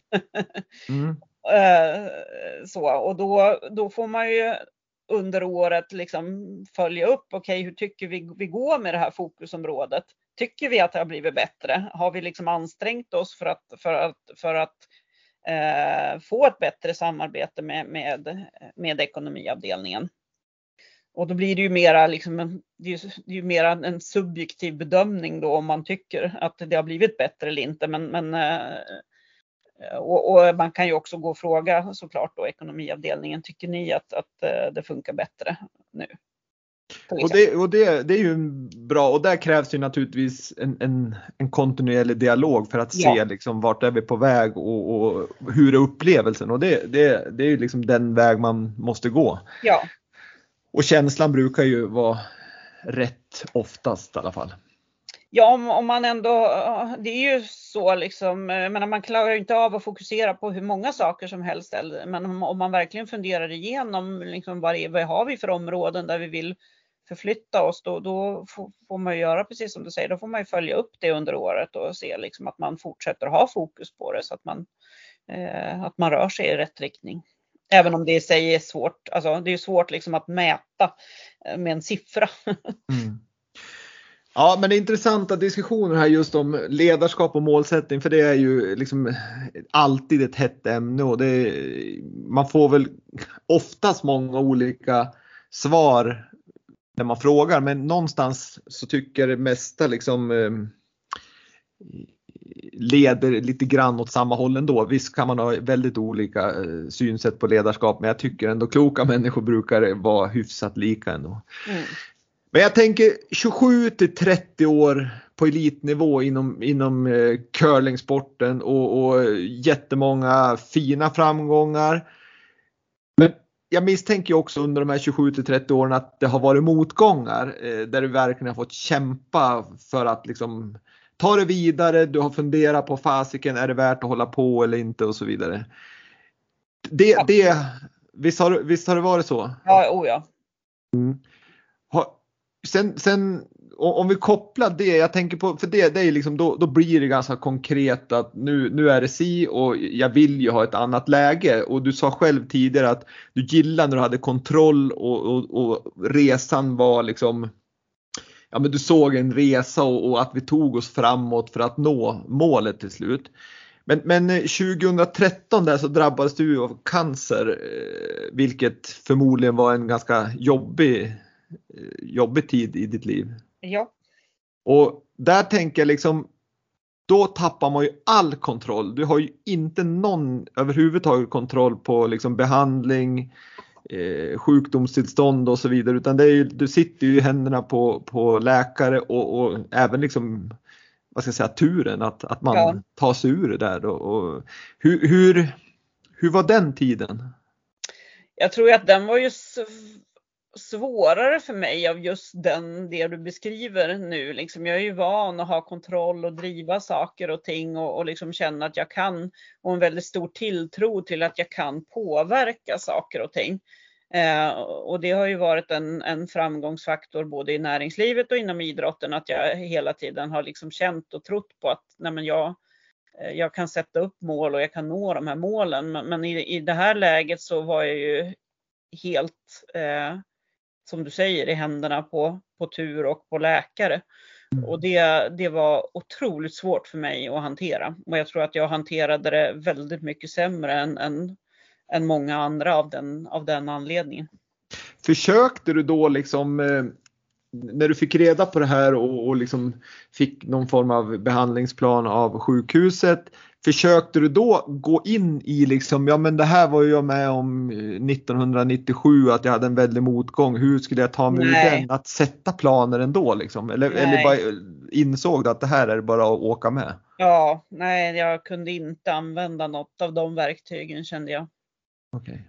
Så, och då får man ju under året liksom följa upp, okej, hur tycker vi går med det här fokusområdet? Tycker vi att det har blivit bättre? Har vi liksom ansträngt oss för att få ett bättre samarbete med ekonomiavdelningen? Och då blir det ju mera liksom det är ju mera en subjektiv bedömning då om man tycker att det har blivit bättre eller inte. Och man kan ju också gå och fråga såklart då ekonomiavdelningen, tycker ni att det funkar bättre nu? Och det är ju bra, och där krävs ju naturligtvis en kontinuerlig dialog för att se liksom vart är vi på väg och hur är upplevelsen, och det är ju liksom den väg man måste gå. Ja. Och känslan brukar ju vara rätt oftast i alla fall. Ja, om man ändå, det är ju så liksom, men man klarar ju inte av att fokusera på hur många saker som helst, men om man verkligen funderar igenom liksom vad har vi för områden där vi vill förflytta oss, då får man ju göra precis som du säger, då får man ju följa upp det under året och se liksom att man fortsätter att ha fokus på det så att man rör sig i rätt riktning. Även om det i sig är svårt, alltså det är svårt liksom att mäta med en siffra. Mm. Ja, men det är intressanta diskussioner här just om ledarskap och målsättning, för det är ju liksom alltid ett hett ämne, och man får väl oftast många olika svar när man frågar, men någonstans så tycker det mesta liksom leder lite grann åt samma håll ändå. Visst kan man ha väldigt olika synsätt på ledarskap, men jag tycker ändå kloka människor brukar vara hyfsat lika ändå. Mm. Men jag tänker 27 till 30 år på elitnivå inom curlingsporten och jättemånga fina framgångar. Men jag misstänker också under de här 27 till 30 åren att det har varit motgångar där du verkligen har fått kämpa för att liksom ta det vidare. Du har funderat på fasiken, är det värt att hålla på eller inte, och så vidare. Visst har det varit så? Ja, ja. Mm. Sen om vi kopplar det, jag tänker på, för det är liksom, då blir det ganska konkret att nu är det si, och jag vill ju ha ett annat läge, och du sa själv tidigare att du gillar när du hade kontroll och resan var liksom, ja men du såg en resa och att vi tog oss framåt för att nå målet till slut. Men 2013 där så drabbades du av cancer, vilket förmodligen var en ganska jobbig tid i ditt liv. Ja. Och där tänker jag liksom, då tappar man ju all kontroll. Du har ju inte någon överhuvudtaget kontroll på liksom behandling, sjukdomstillstånd och så vidare, utan det är ju, du sitter ju i händerna på läkare och även liksom, vad ska jag säga, turen att man tar sig ur det där då. Och hur var den tiden? Jag tror att den var ju svårare för mig av just det du beskriver nu. Liksom, jag är ju van att ha kontroll och driva saker och ting och liksom känna att jag kan, och en väldigt stor tilltro till att jag kan påverka saker och ting. Och det har ju varit en framgångsfaktor både i näringslivet och inom idrotten, att jag hela tiden har liksom känt och trott på att jag kan sätta upp mål och jag kan nå de här målen. Men i det här läget så var jag ju helt, som du säger, i händerna på tur och på läkare. Och det var otroligt svårt för mig att hantera. Och jag tror att jag hanterade det väldigt mycket sämre än många andra av den anledningen. Försökte du då liksom, när du fick reda på det här och liksom fick någon form av behandlingsplan av sjukhuset, försökte du då gå in i liksom, ja men det här var jag med om 1997, att jag hade en väldig motgång, hur skulle jag ta mig ur den, att sätta planer ändå liksom, eller bara insåg du att det här är bara att åka med? Ja, nej, jag kunde inte använda något av de verktygen, kände jag. Okej.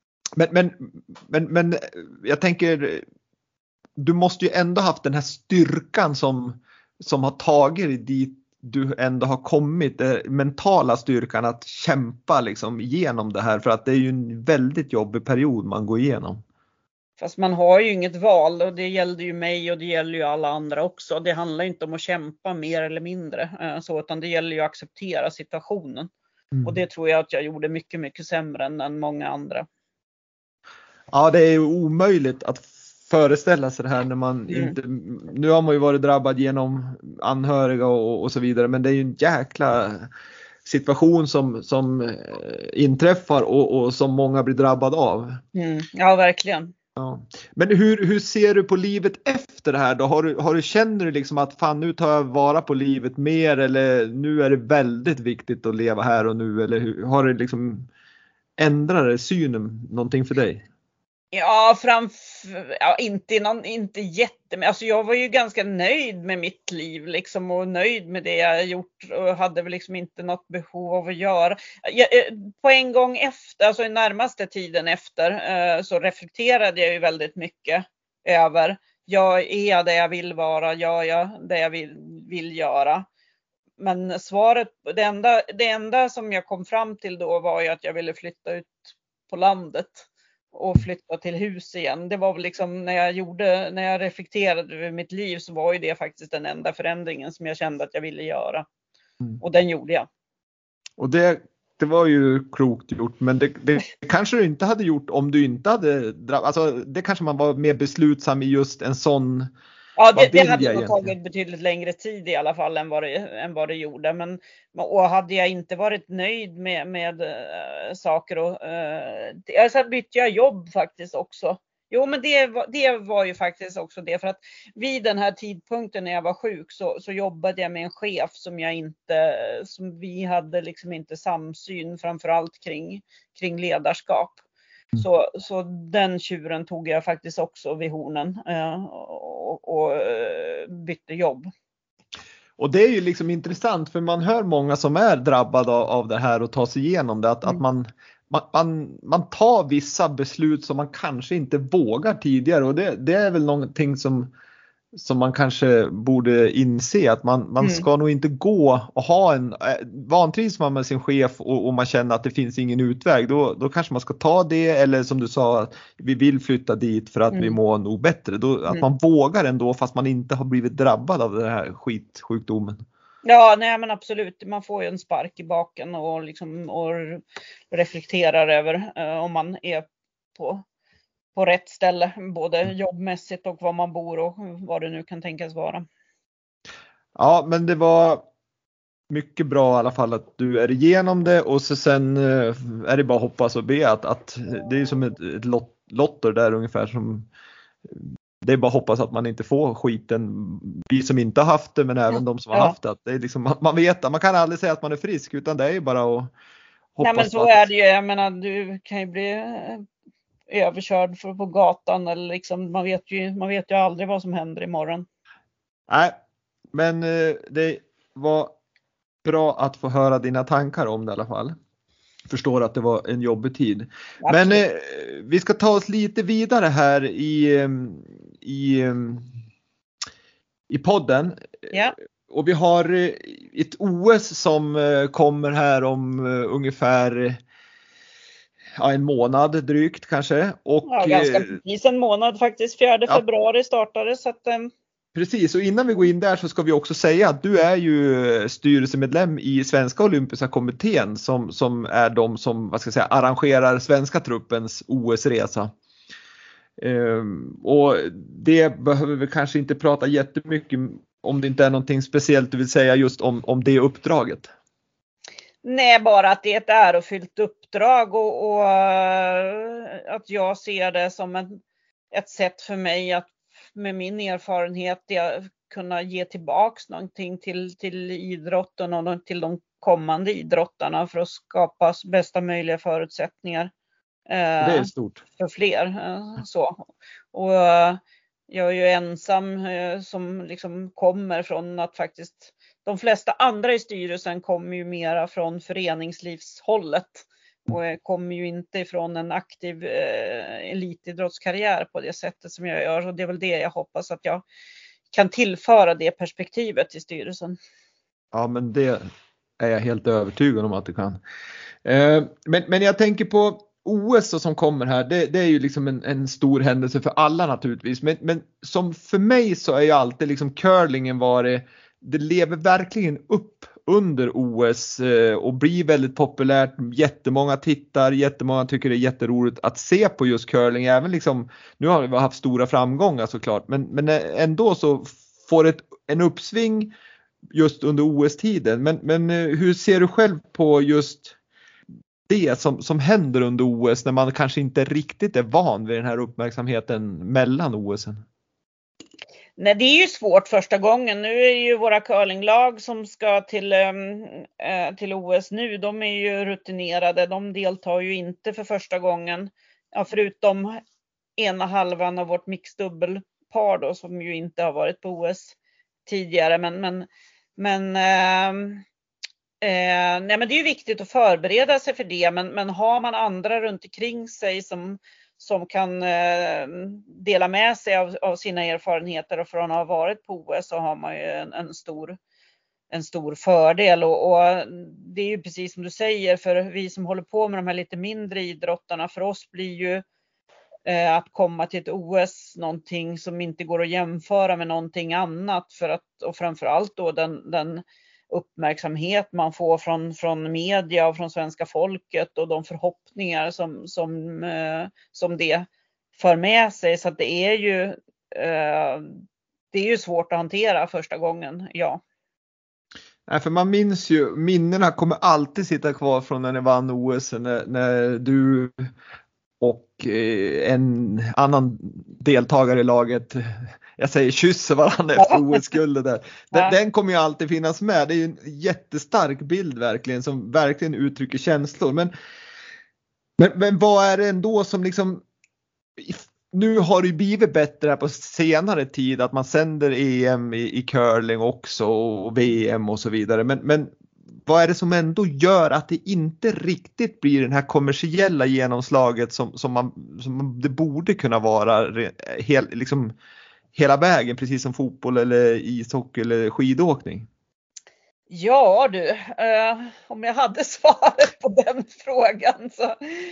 Men jag tänker, du måste ju ändå haft den här styrkan som har tagit dit du ändå har kommit, mentala styrkan att kämpa liksom igenom det här, för att det är ju en väldigt jobbig period man går igenom. Fast man har ju inget val, och det gällde ju mig och det gäller ju alla andra också. Det handlar inte om att kämpa mer eller mindre så, utan det gäller ju att acceptera situationen. Och det tror jag att jag gjorde mycket, mycket sämre än många andra. Ja, det är ju omöjligt att föreställa sig det här när man inte, nu har man ju varit drabbad genom anhöriga och så vidare, men det är ju en jäkla situation som inträffar och som många blir drabbade av. Ja, verkligen. Ja. Men hur ser du på livet efter det här då? Känner du liksom att fan, nu tar jag vara på livet mer, eller nu är det väldigt viktigt att leva här och nu, eller har det liksom ändrat synen någonting för dig? Ja, inte jätte, alltså jag var ju ganska nöjd med mitt liv liksom, och nöjd med det jag gjort, och hade väl liksom inte något behov av att göra. På en gång efter, alltså i närmaste tiden efter, så reflekterade jag ju väldigt mycket över, är jag det jag vill vara, gör jag det jag vill göra? Men svaret, det enda som jag kom fram till då var ju att jag ville flytta ut på landet och flytta till hus igen. Det var väl liksom när jag reflekterade över mitt liv, så var ju det faktiskt den enda förändringen som jag kände att jag ville göra. Och den gjorde jag. Och det var ju klokt gjort, men det kanske du inte hade gjort om du inte hade alltså det kanske man var mer beslutsam i just en sån. Ja, det hade nog tagit betydligt längre tid i alla fall än vad det gjorde. Och hade jag inte varit nöjd med saker, och så bytte jag jobb faktiskt också. Jo, men det var ju faktiskt också det, för att vid den här tidpunkten när jag var sjuk så jobbade jag med en chef som vi hade liksom inte samsyn, framförallt kring ledarskap. Så den tjuren tog jag faktiskt också vid hornen och bytte jobb. Och det är ju liksom intressant, för man hör många som är drabbade av det här och tar sig igenom det, att man tar vissa beslut som man kanske inte vågar tidigare, och det är väl någonting som man kanske borde inse, att man ska nog inte gå och ha vantrivs man med sin chef och man känner att det finns ingen utväg, då kanske man ska ta det, eller som du sa, vi vill flytta dit för att vi mår nog bättre, att man vågar ändå fast man inte har blivit drabbad av den här skitsjukdomen. Ja, nej men absolut, man får ju en spark i baken och reflekterar över om man är på rätt ställe, både jobbmässigt och var man bor och vad det nu kan tänkas vara. Ja, men det var mycket bra i alla fall att du är igenom det, och så sen är det bara att hoppas och be att det är som ett lotter där ungefär, som det är bara att hoppas att man inte får skiten, vi som inte har haft det, men även de som har haft det. Det är liksom, man kan aldrig säga att man är frisk, utan det är ju bara att hoppas. Nej, men så är det ju, jag menar, du kan ju bli överkörd på gatan, eller liksom, man vet ju aldrig vad som händer imorgon. Nej, men det var bra att få höra dina tankar om det i alla fall. Förstår att det var en jobbig tid. Absolut. Men vi ska ta oss lite vidare här i podden. Ja. Och vi har ett OS som kommer här om ungefär en månad drygt kanske. Och, ganska precis en månad faktiskt. 4 februari startade. Så att, precis, och innan vi går in där så ska vi också säga att du är ju styrelsemedlem i Svenska Olympiska kommittén som är de som, vad ska jag säga, arrangerar svenska truppens OS-resa. Och det behöver vi kanske inte prata jättemycket om det inte är någonting speciellt du vill säga just om det uppdraget. Nej, bara att det är ett ärofyllt uppdrag och att jag ser det som ett sätt för mig att med min erfarenhet kunna ge tillbaks någonting till idrotten och till de kommande idrottarna för att skapa bästa möjliga förutsättningar. Det är stort. För fler. Så. Och jag är ju ensam som liksom kommer från att faktiskt de flesta andra i styrelsen kommer ju mera från föreningslivshållet och kommer ju inte ifrån en aktiv elitidrottskarriär på det sättet som jag gör, och det är väl det jag hoppas att jag kan tillföra, det perspektivet till styrelsen. Ja, men det är jag helt övertygad om att du kan. Men jag tänker på OS som kommer här, det är ju liksom en stor händelse för alla naturligtvis, men som för mig så är ju alltid liksom curlingen det lever verkligen upp under OS och blir väldigt populärt. Jättemånga tittar, jättemånga tycker det är jätteroligt att se på just curling. Även liksom, nu har vi haft stora framgångar såklart, men ändå så får det en uppsving just under OS-tiden. Men hur ser du själv på just det som händer under OS när man kanske inte riktigt är van vid den här uppmärksamheten mellan OSen? Nej, det är ju svårt första gången. Nu är ju våra curlinglag som ska till OS nu, de är ju rutinerade. De deltar ju inte för första gången. Ja, förutom ena halvan av vårt mixdubbelpar då, som ju inte har varit på OS tidigare. Nej, men det är ju viktigt att förbereda sig för det. Men har man andra runt omkring sig som kan dela med sig av sina erfarenheter och från att ha varit på OS, så har man ju en stor fördel. Och det är ju precis som du säger, för vi som håller på med de här lite mindre idrottarna, för oss blir ju att komma till ett OS någonting som inte går att jämföra med någonting annat, och framförallt då den uppmärksamhet man får från media och från svenska folket och de förhoppningar som det för med sig. Så att det är ju svårt att hantera första gången, ja. Nej, för man minns ju, minnena kommer alltid sitta kvar från när ni vann OS, när du och en annan deltagare i laget, jag säger kysser varandra efter OS-guldet där. Den kommer ju alltid finnas med. Det är ju en jättestark bild verkligen, som verkligen uttrycker känslor. Men vad är det ändå som liksom, nu har det ju blivit bättre här på senare tid att man sänder EM i curling också och VM och så vidare. Men vad är det som ändå gör att det inte riktigt blir den här kommersiella genomslaget som det borde kunna vara liksom hela vägen, precis som fotboll eller ishockey eller skidåkning? Ja du, om jag hade svaret på den frågan så.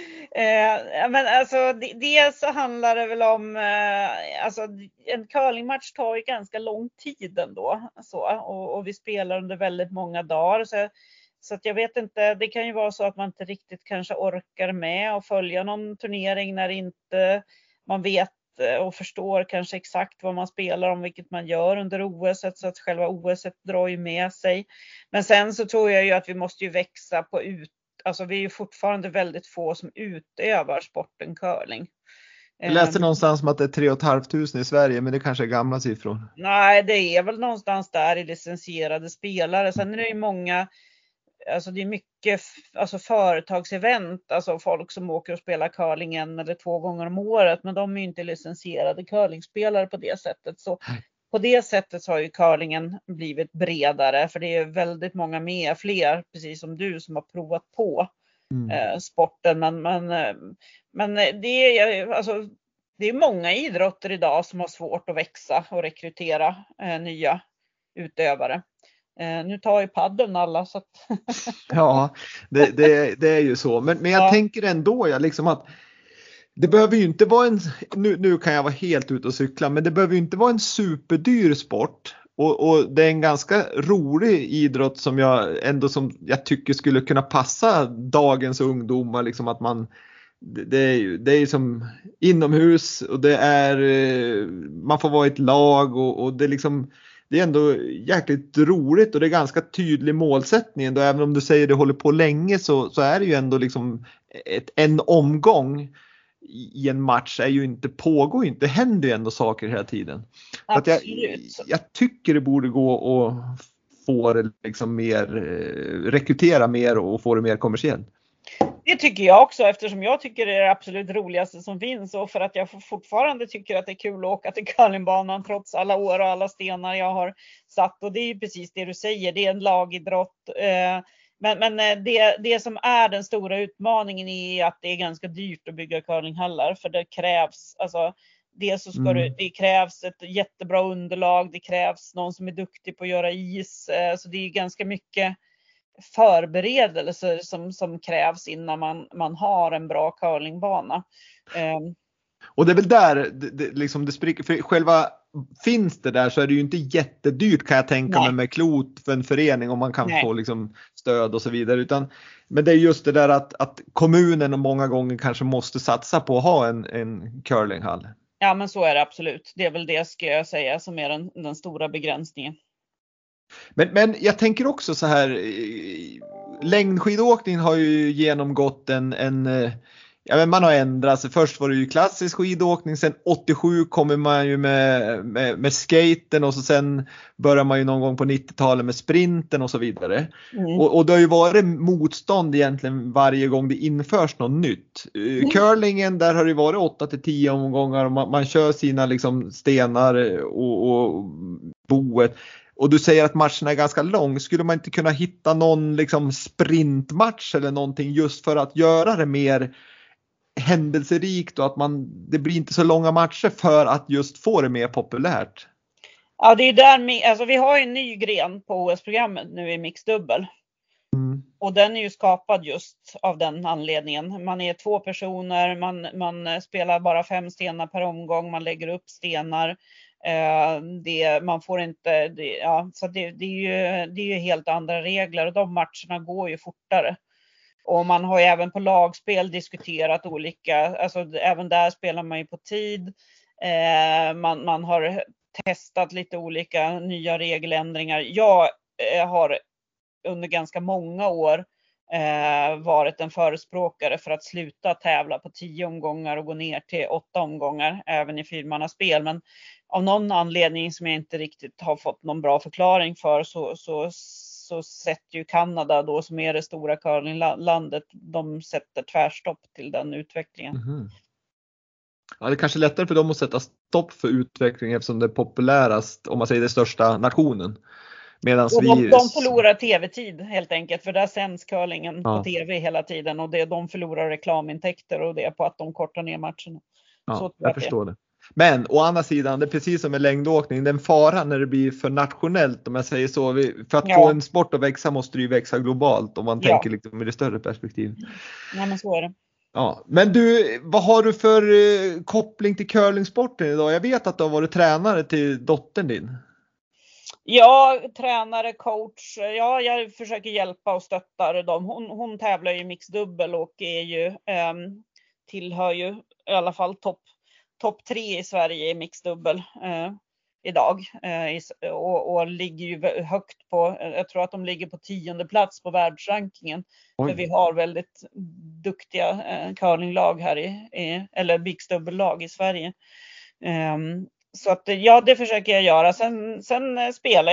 Men alltså det så handlar det väl om, alltså en curlingmatch tar ju ganska lång tid ändå. Och vi spelar under väldigt många dagar. Så att jag vet inte, det kan ju vara så att man inte riktigt kanske orkar med att följa någon turnering när inte man vet och förstår kanske exakt vad man spelar om, vilket man gör under OS, så att själva OS drar ju med sig. Men sen så tror jag ju att vi måste ju växa på alltså vi är ju fortfarande väldigt få som utövar sporten curling. Jag läste någonstans om att det är 3 500 i Sverige, men det kanske är gamla siffror. Nej, det är väl någonstans där i licensierade spelare. Sen är det ju många, alltså det är mycket alltså företagsevent, alltså folk som åker och spelar curling 1 eller 2 gånger om året, men de är ju inte licensierade curlingspelare på det sättet. Så på det sättet så har ju curlingen blivit bredare, för det är väldigt många fler, precis som du, som har provat på sporten. Men det är många idrotter idag som har svårt att växa och rekrytera nya utövare. Nu tar ju paddeln alla, så att ja, det är ju så. Men jag tänker ändå liksom att det behöver ju inte vara nu kan jag vara helt ute och cykla, men det behöver ju inte vara en superdyr sport. Och det är en ganska rolig idrott som jag tycker skulle kunna passa dagens ungdomar. Liksom att det är som inomhus, och man får vara i ett lag, och det liksom, det är ändå jäkligt roligt, och det är ganska tydlig målsättning ändå. Även om du säger det håller på länge, så är det ju ändå liksom en omgång i en match pågår ju inte, det händer ju ändå saker hela tiden. Absolut. Så att jag tycker det borde gå att få det liksom mer, rekrytera mer och få det mer kommersiellt. Det tycker jag också, eftersom jag tycker det är det absolut roligaste som finns, och för att jag fortfarande tycker att det är kul att åka till curlingbanan trots alla år och alla stenar jag har satt. Och det är ju precis det du säger, det är en lagidrott. Men det som är den stora utmaningen är att det är ganska dyrt att bygga curlinghallar, för det krävs, alltså det krävs ett jättebra underlag, det krävs någon som är duktig på att göra is, så det är ganska mycket förberedelser som krävs innan man har en bra curlingbana. Och det är väl där liksom det spricker, för själva finns det där, så är det ju inte jättedyrt, kan jag tänka mig, med klot för en förening, om man kan få liksom stöd och så vidare, men det är just det där att kommunen många gånger kanske måste satsa på att ha en curlinghall. Ja, men så är det absolut. Det är väl det, ska jag säga, som är den stora begränsningen. Men jag tänker också så här, längdskidåkningen har ju genomgått ja, men man har ändrat sig. Först var det ju klassisk skidåkning, sen 87 kommer man ju med skaten och så sen börjar man ju någon gång på 90-talet med sprinten och så vidare. Och det har ju varit motstånd egentligen varje gång det införs något nytt. Curlingen, där har det varit 8-10 omgångar och man kör sina liksom stenar och boet. Och du säger att matcherna är ganska lång. Skulle man inte kunna hitta någon liksom sprintmatch eller någonting just för att göra det mer händelserikt och att det blir inte så långa matcher för att just få det mer populärt? Ja, det är där, alltså vi har ju en ny gren på OS-programmet nu i mixdubbel. Och den är ju skapad just av den anledningen. Man är 2 personer, man spelar bara 5 stenar per omgång, man lägger upp stenar. Man får inte, så det är ju helt andra regler och de matcherna går ju fortare. Och man har ju även på lagspel diskuterat olika, alltså även där spelar man ju på tid. Man har testat lite olika nya regeländringar. Jag har under ganska många år varit en förespråkare för att sluta tävla på 10 omgångar och gå ner till 8 omgångar även i fyrmannaspel. Men av någon anledning som jag inte riktigt har fått någon bra förklaring för så sätter ju Kanada då, som är det stora curlinglandet, de sätter tvärstopp till den utvecklingen. Ja, det är kanske lättare för dem att sätta stopp för utvecklingen eftersom det är populärast, om man säger det, största nationen. Medan de förlorar tv-tid helt enkelt, för där sänds curlingen på tv hela tiden och de förlorar reklamintäkter och det är på att de kortar ner matcherna. Ja, jag förstår det. Men å andra sidan, det är precis som med längdåkning, det är en fara när det blir för nationellt, om jag säger så. För att få en sport att växa måste det ju växa globalt om man tänker liksom i det större perspektiv. Ja, men så är det. Ja, men du, vad har du för koppling till curlingsporten idag? Jag vet att du har varit tränare till dottern din. Ja, tränare, coach. Ja, jag försöker hjälpa och stötta dem. Hon tävlar ju i mixdubbel och är ju, tillhör ju i alla fall topp 3 i Sverige i mixdubbel idag. Och ligger ju högt på, jag tror att de ligger på 10:e plats på världsrankingen. För vi har väldigt duktiga curlinglag här eller mixdubbellag i Sverige. Så att ja, det försöker jag göra. Sen spelar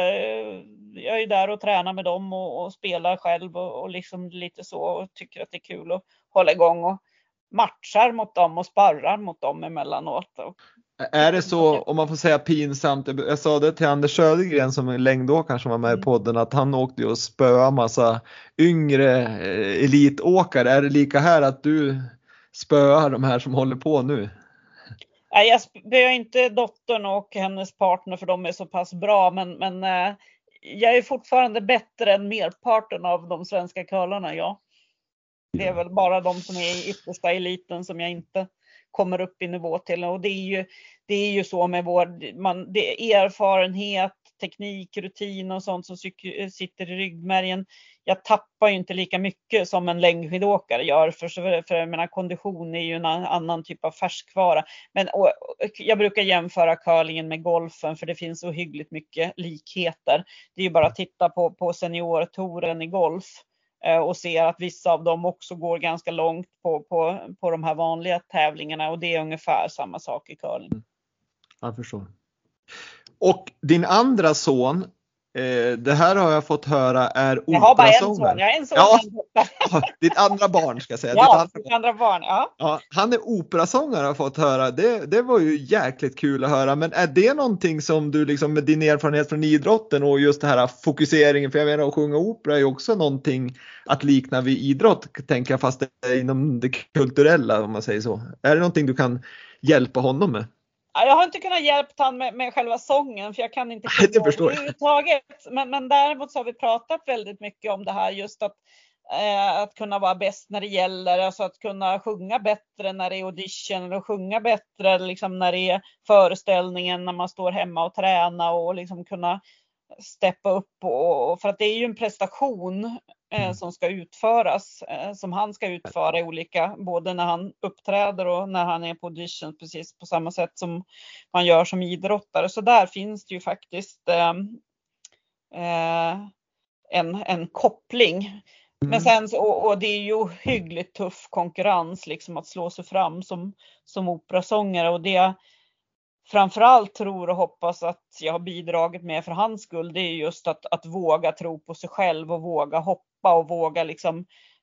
jag är där och tränar med dem och spelar själv och liksom lite så, och tycker att det är kul att hålla igång och matchar mot dem och sparrar mot dem emellanåt. Är det så, om man får säga pinsamt, jag sa det till Anders Södergren som är längdåkare som var med i podden, att han åkte och spöade massa yngre elitåkare. Är det lika här att du spöar de här som håller på nu? Nej, jag spöar inte dottern och hennes partner för de är så pass bra, men jag är fortfarande bättre än merparten av de svenska curlarna, ja. Det är väl bara de som är i yttersta eliten som jag inte kommer upp i nivå till. Och det är ju så med det är erfarenhet, teknik, rutin och sånt som sitter i ryggmärgen. Jag tappar ju inte lika mycket som en längdskidåkare gör, för jag menar, kondition är ju en annan typ av färskvara. Men jag brukar jämföra curlingen med golfen, för det finns så hyggligt mycket likheter. Det är ju bara att titta på seniortouren i golf och se att vissa av dem också går ganska långt på de här vanliga tävlingarna, och det är ungefär samma sak i curling. Jag förstår. Och din andra son, det här har jag fått höra, är operasångare. Jag har bara en son, jag är en son. Ja, ditt andra barn ska jag säga. Ja, ditt andra barn, ja. Ja, han är operasångare, har jag fått höra. Det var ju jäkligt kul att höra. Men är det någonting som du liksom, med din erfarenhet från idrotten och just det här fokuseringen, för jag menar att sjunga opera är ju också någonting att likna vid idrott, tänker jag, fast det är inom det kulturella, om man säger så. Är det någonting du kan hjälpa honom med? Jag har inte kunnat hjälpa han med själva sången, för jag kan inte överhuvudtaget. Men däremot så har vi pratat väldigt mycket om det här, just att kunna vara bäst när det gäller, alltså att kunna sjunga bättre när det är audition, och sjunga bättre liksom när det är föreställningen, när man står hemma och tränar, och liksom kunna steppa upp, och för att det är ju en prestation som ska utföras, som han ska utföra i olika, både när han uppträder och när han är på audition, precis på samma sätt som man gör som idrottare. Så där finns det ju faktiskt en koppling. Men sen och det är ju hyggligt tuff konkurrens liksom att slå sig fram som operasångare, och det framförallt tror och hoppas att jag har bidragit med för hans skull, det är just att våga tro på sig själv och våga hoppa och våga liksom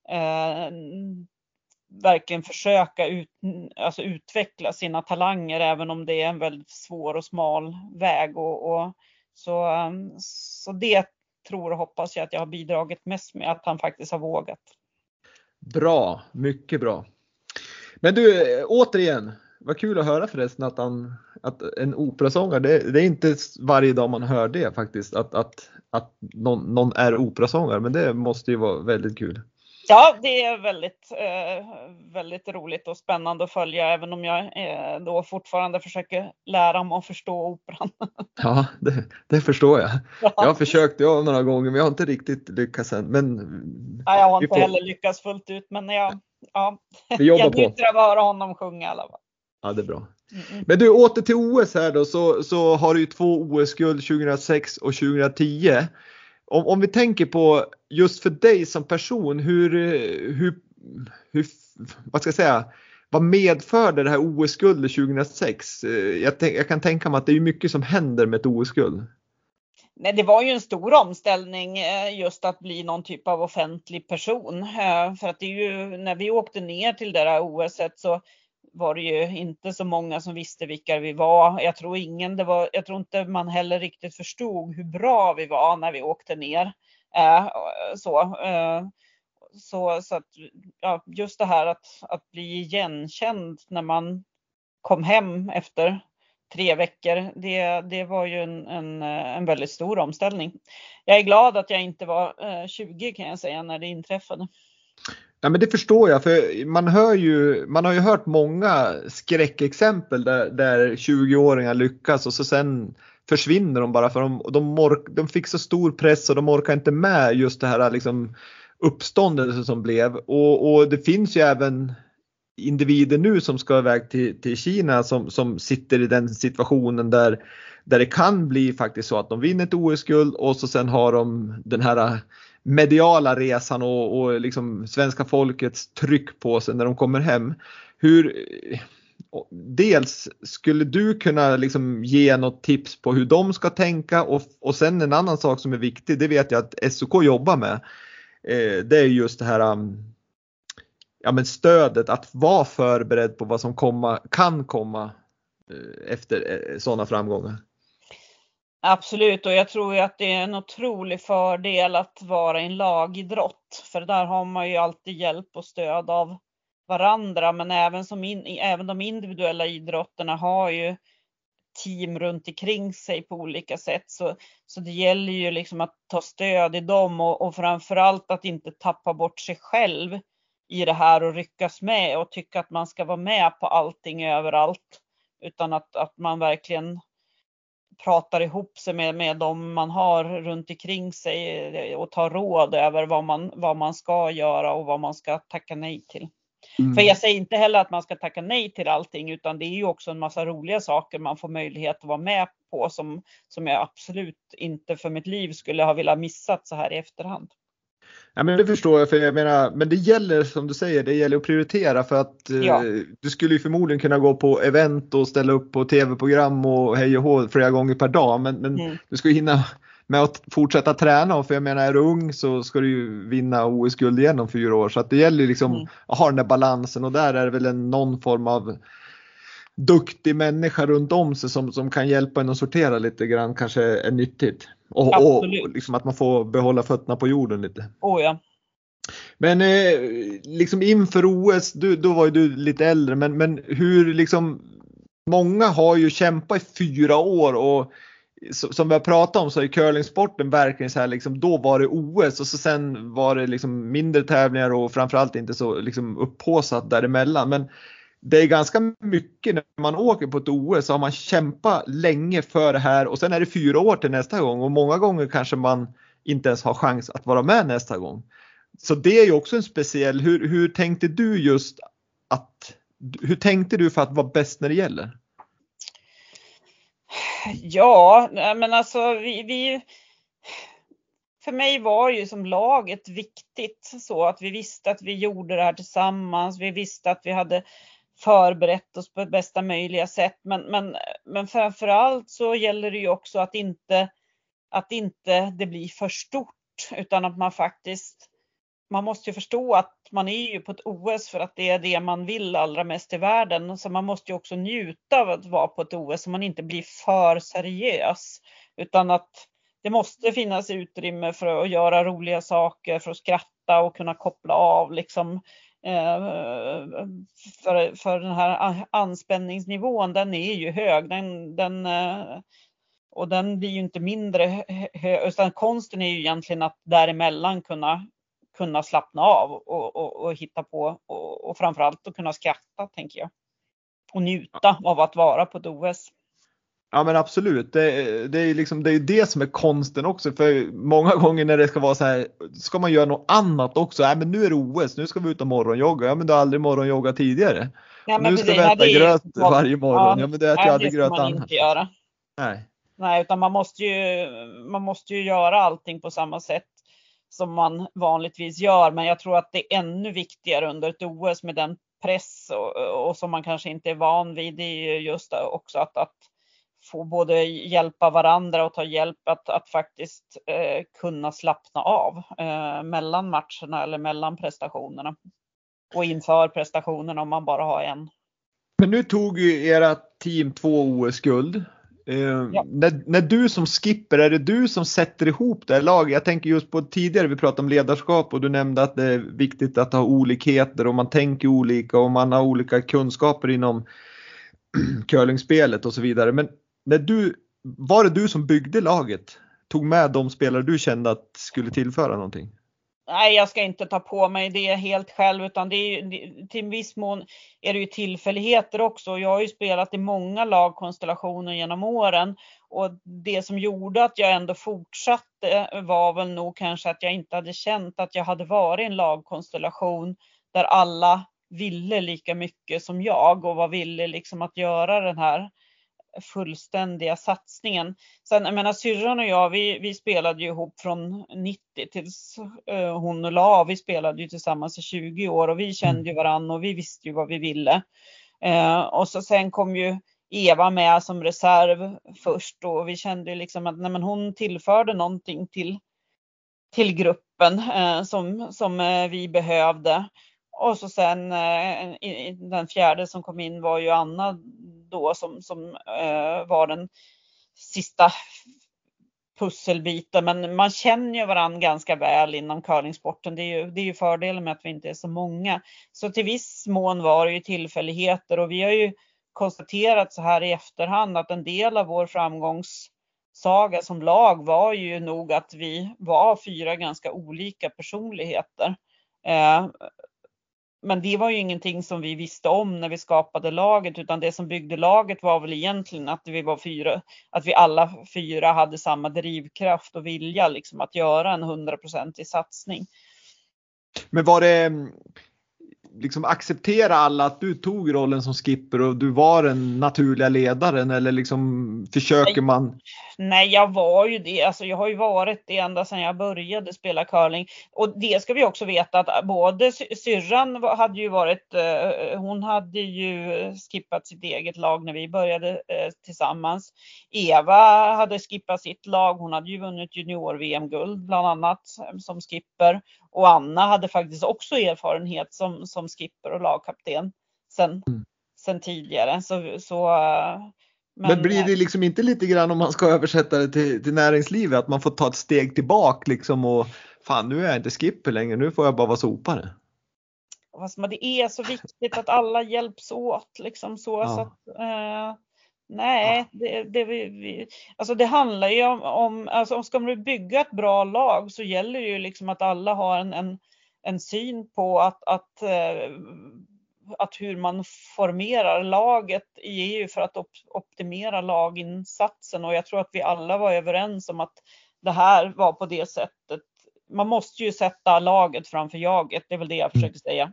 verkligen försöka utveckla sina talanger, även om det är en väldigt svår och smal väg, och så det tror och hoppas jag att jag har bidragit mest med, att han faktiskt har vågat. Bra, mycket bra. Men du, återigen, vad kul att höra förresten att en operasångare, det är inte varje dag man hör det faktiskt, att någon är operasångare, men det måste ju vara väldigt kul. Ja, det är väldigt roligt och spännande att följa, även om jag då fortfarande försöker lära mig att förstå operan. Ja, det förstår jag. Ja. Jag har försökt några gånger, men jag har inte riktigt lyckats än. Men ja, jag har inte heller lyckats fullt ut, men vi jobbar jag njuter av att höra honom sjunga i alla fall. Ja, det är bra. Men du, åter till OS här då, så har du ju 2 OS-guld 2006 och 2010. Om vi tänker på just för dig som person, hur vad ska jag säga, vad medförde det här OS-guldet 2006? Jag kan tänka mig att det är mycket som händer med ett OS-guld. Nej, det var ju en stor omställning just att bli någon typ av offentlig person. För att det är ju, när vi åkte ner till det där OS:et så var det ju inte så många som visste vilka vi var. Jag tror inte man heller riktigt förstod hur bra vi var när vi åkte ner. Så att, ja, just det här att bli igenkänd när man kom hem efter 3 veckor, det var ju en väldigt stor omställning. Jag är glad att jag inte var 20 kan jag säga när det inträffade. Ja, men det förstår jag, för man har ju hört många skräckexempel där 20-åringar lyckas och så sen försvinner de bara för de fick så stor press och de orkar inte med just det här liksom uppståndelse som blev, och det finns ju även individer nu som ska iväg till Kina som sitter i den situationen där det kan bli faktiskt så att de vinner ett OS-guld och så sen har de den här mediala resan och liksom svenska folkets tryck på sig när de kommer hem. Dels skulle du kunna liksom ge något tips på hur de ska tänka, och sen en annan sak som är viktig, det vet jag att SOK jobbar med, det är just det här men stödet, att vara förberedd på vad som kan komma efter sådana framgångar. Absolut, och jag tror ju att det är en otrolig fördel att vara i en lagidrott, för där har man ju alltid hjälp och stöd av varandra, men även de individuella idrotterna har ju team runt omkring sig på olika sätt, så det gäller ju liksom att ta stöd i dem och framförallt att inte tappa bort sig själv i det här och ryckas med och tycka att man ska vara med på allting överallt, utan att man verkligen pratar ihop sig med dem man har runt omkring sig och tar råd över vad man ska göra och vad man ska tacka nej till. För jag säger inte heller att man ska tacka nej till allting, utan det är ju också en massa roliga saker man får möjlighet att vara med på som jag absolut inte för mitt liv skulle ha velat missat så här i efterhand. Ja, men det förstår jag, för jag menar, men det gäller, som du säger, det gäller att prioritera, för att du skulle ju förmodligen kunna gå på event och ställa upp på tv-program och hej och hå flera gånger per dag, men du ska ju hinna med att fortsätta träna, för jag menar, är du ung så ska du ju vinna OS-guld igen om 4 år, så att det gäller liksom att ha den där balansen, och där är det väl någon form av duktig människa runt om sig som kan hjälpa en att sortera lite grann, kanske är nyttigt. Och liksom att man får behålla fötterna på jorden lite. Ja. Men liksom inför OS, då var ju du lite äldre, men hur liksom, många har ju kämpat i 4 år, och som vi har pratat om så är curlingsporten verkligen så här liksom, då var det OS och så sen var det liksom mindre tävlingar och framförallt inte så liksom upphåsat däremellan, men det är ganska mycket när man åker på ett OS, så har man kämpat länge för det här och sen är det 4 år till nästa gång, och många gånger kanske man inte ens har chans att vara med nästa gång. Så det är ju också en speciell, hur tänkte du hur tänkte du för att vara bäst när det gäller? Ja, men alltså för mig var ju som laget viktigt, så att vi visste att vi gjorde det här tillsammans. Vi visste att vi hade förberett oss på bästa möjliga sätt. Men framförallt så gäller det ju också att inte det blir för stort, utan att man måste ju förstå att man är ju på ett OS för att det är det man vill allra mest i världen. Så man måste ju också njuta av att vara på ett OS så man inte blir för seriös. Utan att det måste finnas utrymme för att göra roliga saker, för att skratta och kunna koppla av liksom. För den här anspänningsnivån, den är ju hög. Och den blir ju inte mindre hög. Utan konsten är ju egentligen att däremellan kunna slappna av och hitta på och framförallt att kunna skratta, tänker jag. Och njuta av att vara på ett OS. Ja, men absolut. Det är liksom, det är det som är konsten också. För många gånger när det ska vara så här, ska man göra något annat också. Men nu är det OS, nu ska vi ut och morgonjogga. Ja, men du har aldrig morgonjoggat tidigare. Ja, men nu ska vi äta gröt varje morgon. Ja, men du äter ju aldrig gröt annars. Inte göra. Nej, utan man måste ju göra allting på samma sätt som man vanligtvis gör. Men jag tror att det är ännu viktigare under ett OS med den press och som man kanske inte är van vid. Det är ju just också att få både hjälpa varandra och ta hjälp att faktiskt kunna slappna av mellan matcherna eller mellan prestationerna. Och inför prestationerna om man bara har en. Men nu tog ju era team 2 OS-guld. Ja. När du som skipper, är det du som sätter ihop det här laget? Jag tänker just på tidigare, vi pratade om ledarskap och du nämnde att det är viktigt att ha olikheter och man tänker olika och man har olika kunskaper inom curlingspelet och så vidare. Men var det du som byggde laget? Tog med de spelare du kände att skulle tillföra någonting? Nej, jag ska inte ta på mig det helt själv, utan till en viss mån är det ju tillfälligheter också. Jag har ju spelat i många lagkonstellationer genom åren och det som gjorde att jag ändå fortsatte var väl nog kanske att jag inte hade känt att jag hade varit i en lagkonstellation där alla ville lika mycket som jag och var villiga liksom att göra den här fullständiga satsningen. Sen, jag menar, syrran och jag, vi spelade ju ihop från 90 tills hon la av. Vi spelade ju tillsammans i 20 år och vi kände ju varandra och vi visste ju vad vi ville. Och så sen kom ju Eva med som reserv först och vi kände ju liksom att hon tillförde någonting till gruppen som vi behövde. Och så sen den fjärde som kom in var ju Anna då som var den sista pusselbiten. Men man känner ju varandra ganska väl inom curlingsporten. Det är ju fördelen med att vi inte är så många. Så till viss mån var det ju tillfälligheter och vi har ju konstaterat så här i efterhand att en del av vår framgångssaga som lag var ju nog att vi var 4 ganska olika personligheter. Men det var ju ingenting som vi visste om när vi skapade laget, utan det som byggde laget var väl egentligen att vi var 4, att vi alla 4 hade samma drivkraft och vilja liksom att göra en 100% satsning. Men var det liksom acceptera alla att du tog rollen som skipper och du var den naturliga ledaren, eller liksom försöker man? Nej, jag var ju det. Alltså jag har ju varit det ända sedan jag började spela curling. Och det ska vi också veta att både syrran hade ju varit, hon hade ju skippat sitt eget lag när vi började tillsammans. Eva hade skippat sitt lag. Hon hade ju vunnit junior-VM-guld bland annat som skipper. Och Anna hade faktiskt också erfarenhet som skipper och lagkapten sen tidigare. Men blir det liksom inte lite grann, om man ska översätta det till näringslivet, att man får ta ett steg tillbaka liksom och fan, nu är jag inte skipper längre, nu får jag bara vara sopare? Men det är så viktigt att alla hjälps åt liksom så. Ja. Så att, nej, alltså det handlar ju om alltså ska man bygga ett bra lag så gäller det ju liksom att alla har en syn på att hur man formerar laget i EU för att optimera laginsatsen, och jag tror att vi alla var överens om att det här var på det sättet. Man måste ju sätta laget framför jaget, det är väl det jag försöker säga.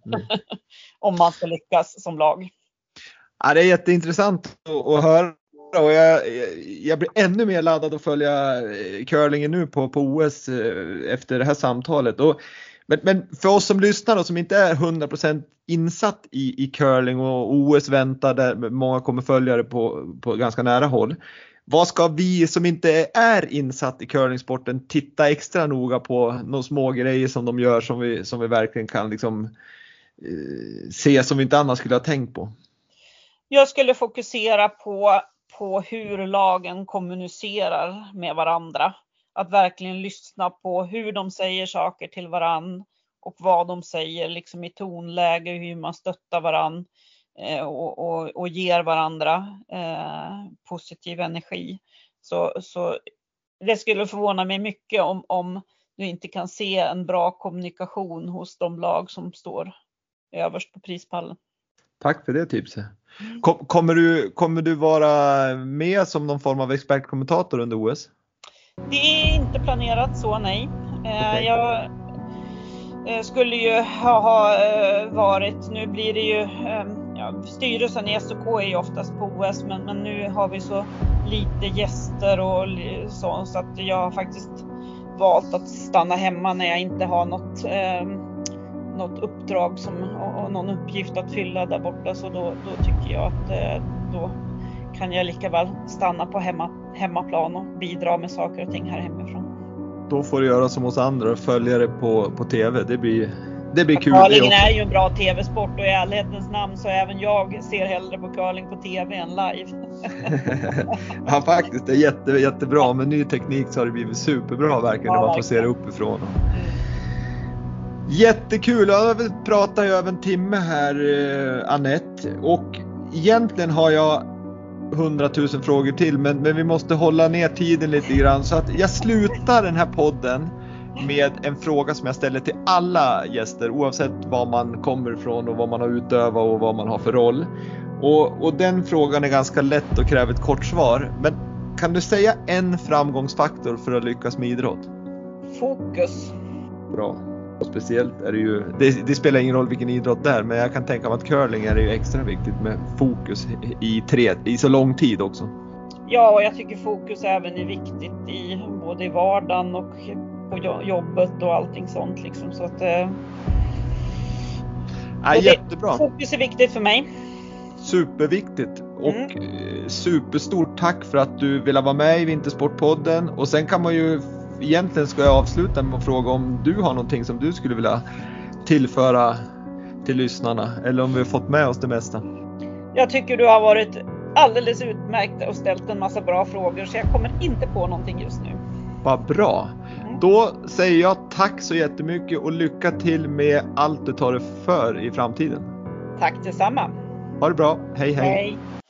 om man ska lyckas som lag. Ja, det är jätteintressant att höra och jag blir ännu mer laddad att följa curlingen nu på OS efter det här samtalet. Men för oss som lyssnar och som inte är 100% insatt i curling och OS väntar där många kommer följa det på ganska nära håll. Vad ska vi som inte är insatt i curlingsporten titta extra noga på, några små grejer som de gör som vi verkligen kan liksom, se som vi inte annars skulle ha tänkt på? Jag skulle fokusera på hur lagen kommunicerar med varandra. Att verkligen lyssna på hur de säger saker till varann och vad de säger liksom i tonläge, hur man stöttar varann och ger varandra positiv energi. Så det skulle förvåna mig mycket om du inte kan se en bra kommunikation hos de lag som står överst på prispallen. Tack för det tipset. Kommer du vara med som någon form av expertkommentator under OS? Det är inte planerat så, nej. Okay. Jag skulle ju ha varit, nu blir det ju, styrelsen i SOK är ju oftast på OS, men nu har vi så lite gäster och så att jag har faktiskt valt att stanna hemma när jag inte har något uppdrag och någon uppgift att fylla där borta. Så då tycker jag att då kan jag lika väl stanna på hemmaplan och bidra med saker och ting här hemifrån. Då får du göra som oss andra och följa det på tv. Det blir kul. Curlingen är ju en bra tv-sport och i ärlighetens namn så även jag ser hellre på curling på tv än live. Ja, faktiskt. Det är jättebra. Med ny teknik så har det blivit superbra verkligen när man får se det uppifrån. Jättekul. Jag pratar ju över en timme här, Anette. Och egentligen har jag 100 000 frågor till, men vi måste hålla ner tiden lite grann. Så att jag slutar den här podden med en fråga som jag ställer till alla gäster, oavsett var man kommer ifrån och vad man har utövat och vad man har för roll. Och den frågan är ganska lätt och kräver ett kort svar. Men kan du säga en framgångsfaktor för att lyckas med idrott? Fokus. Bra. Och speciellt är det ju, det spelar ingen roll vilken idrott det är, men jag kan tänka mig att curling är det ju extra viktigt med fokus i så lång tid också. Ja, och jag tycker fokus även är viktigt både i vardagen och på jobbet och allting sånt liksom. Så att jättebra. Fokus är viktigt för mig. Superviktigt och superstort tack för att du ville vara med i Vintersportpodden. Och sen kan man ju, egentligen ska jag avsluta med att fråga om du har någonting som du skulle vilja tillföra till lyssnarna, eller om vi har fått med oss det mesta. Jag tycker du har varit alldeles utmärkt och ställt en massa bra frågor, så jag kommer inte på någonting just nu. Vad bra. Då säger jag tack så jättemycket och lycka till med allt du tar dig för i framtiden. Tack detsamma. Ha det bra. Hej hej. Hej.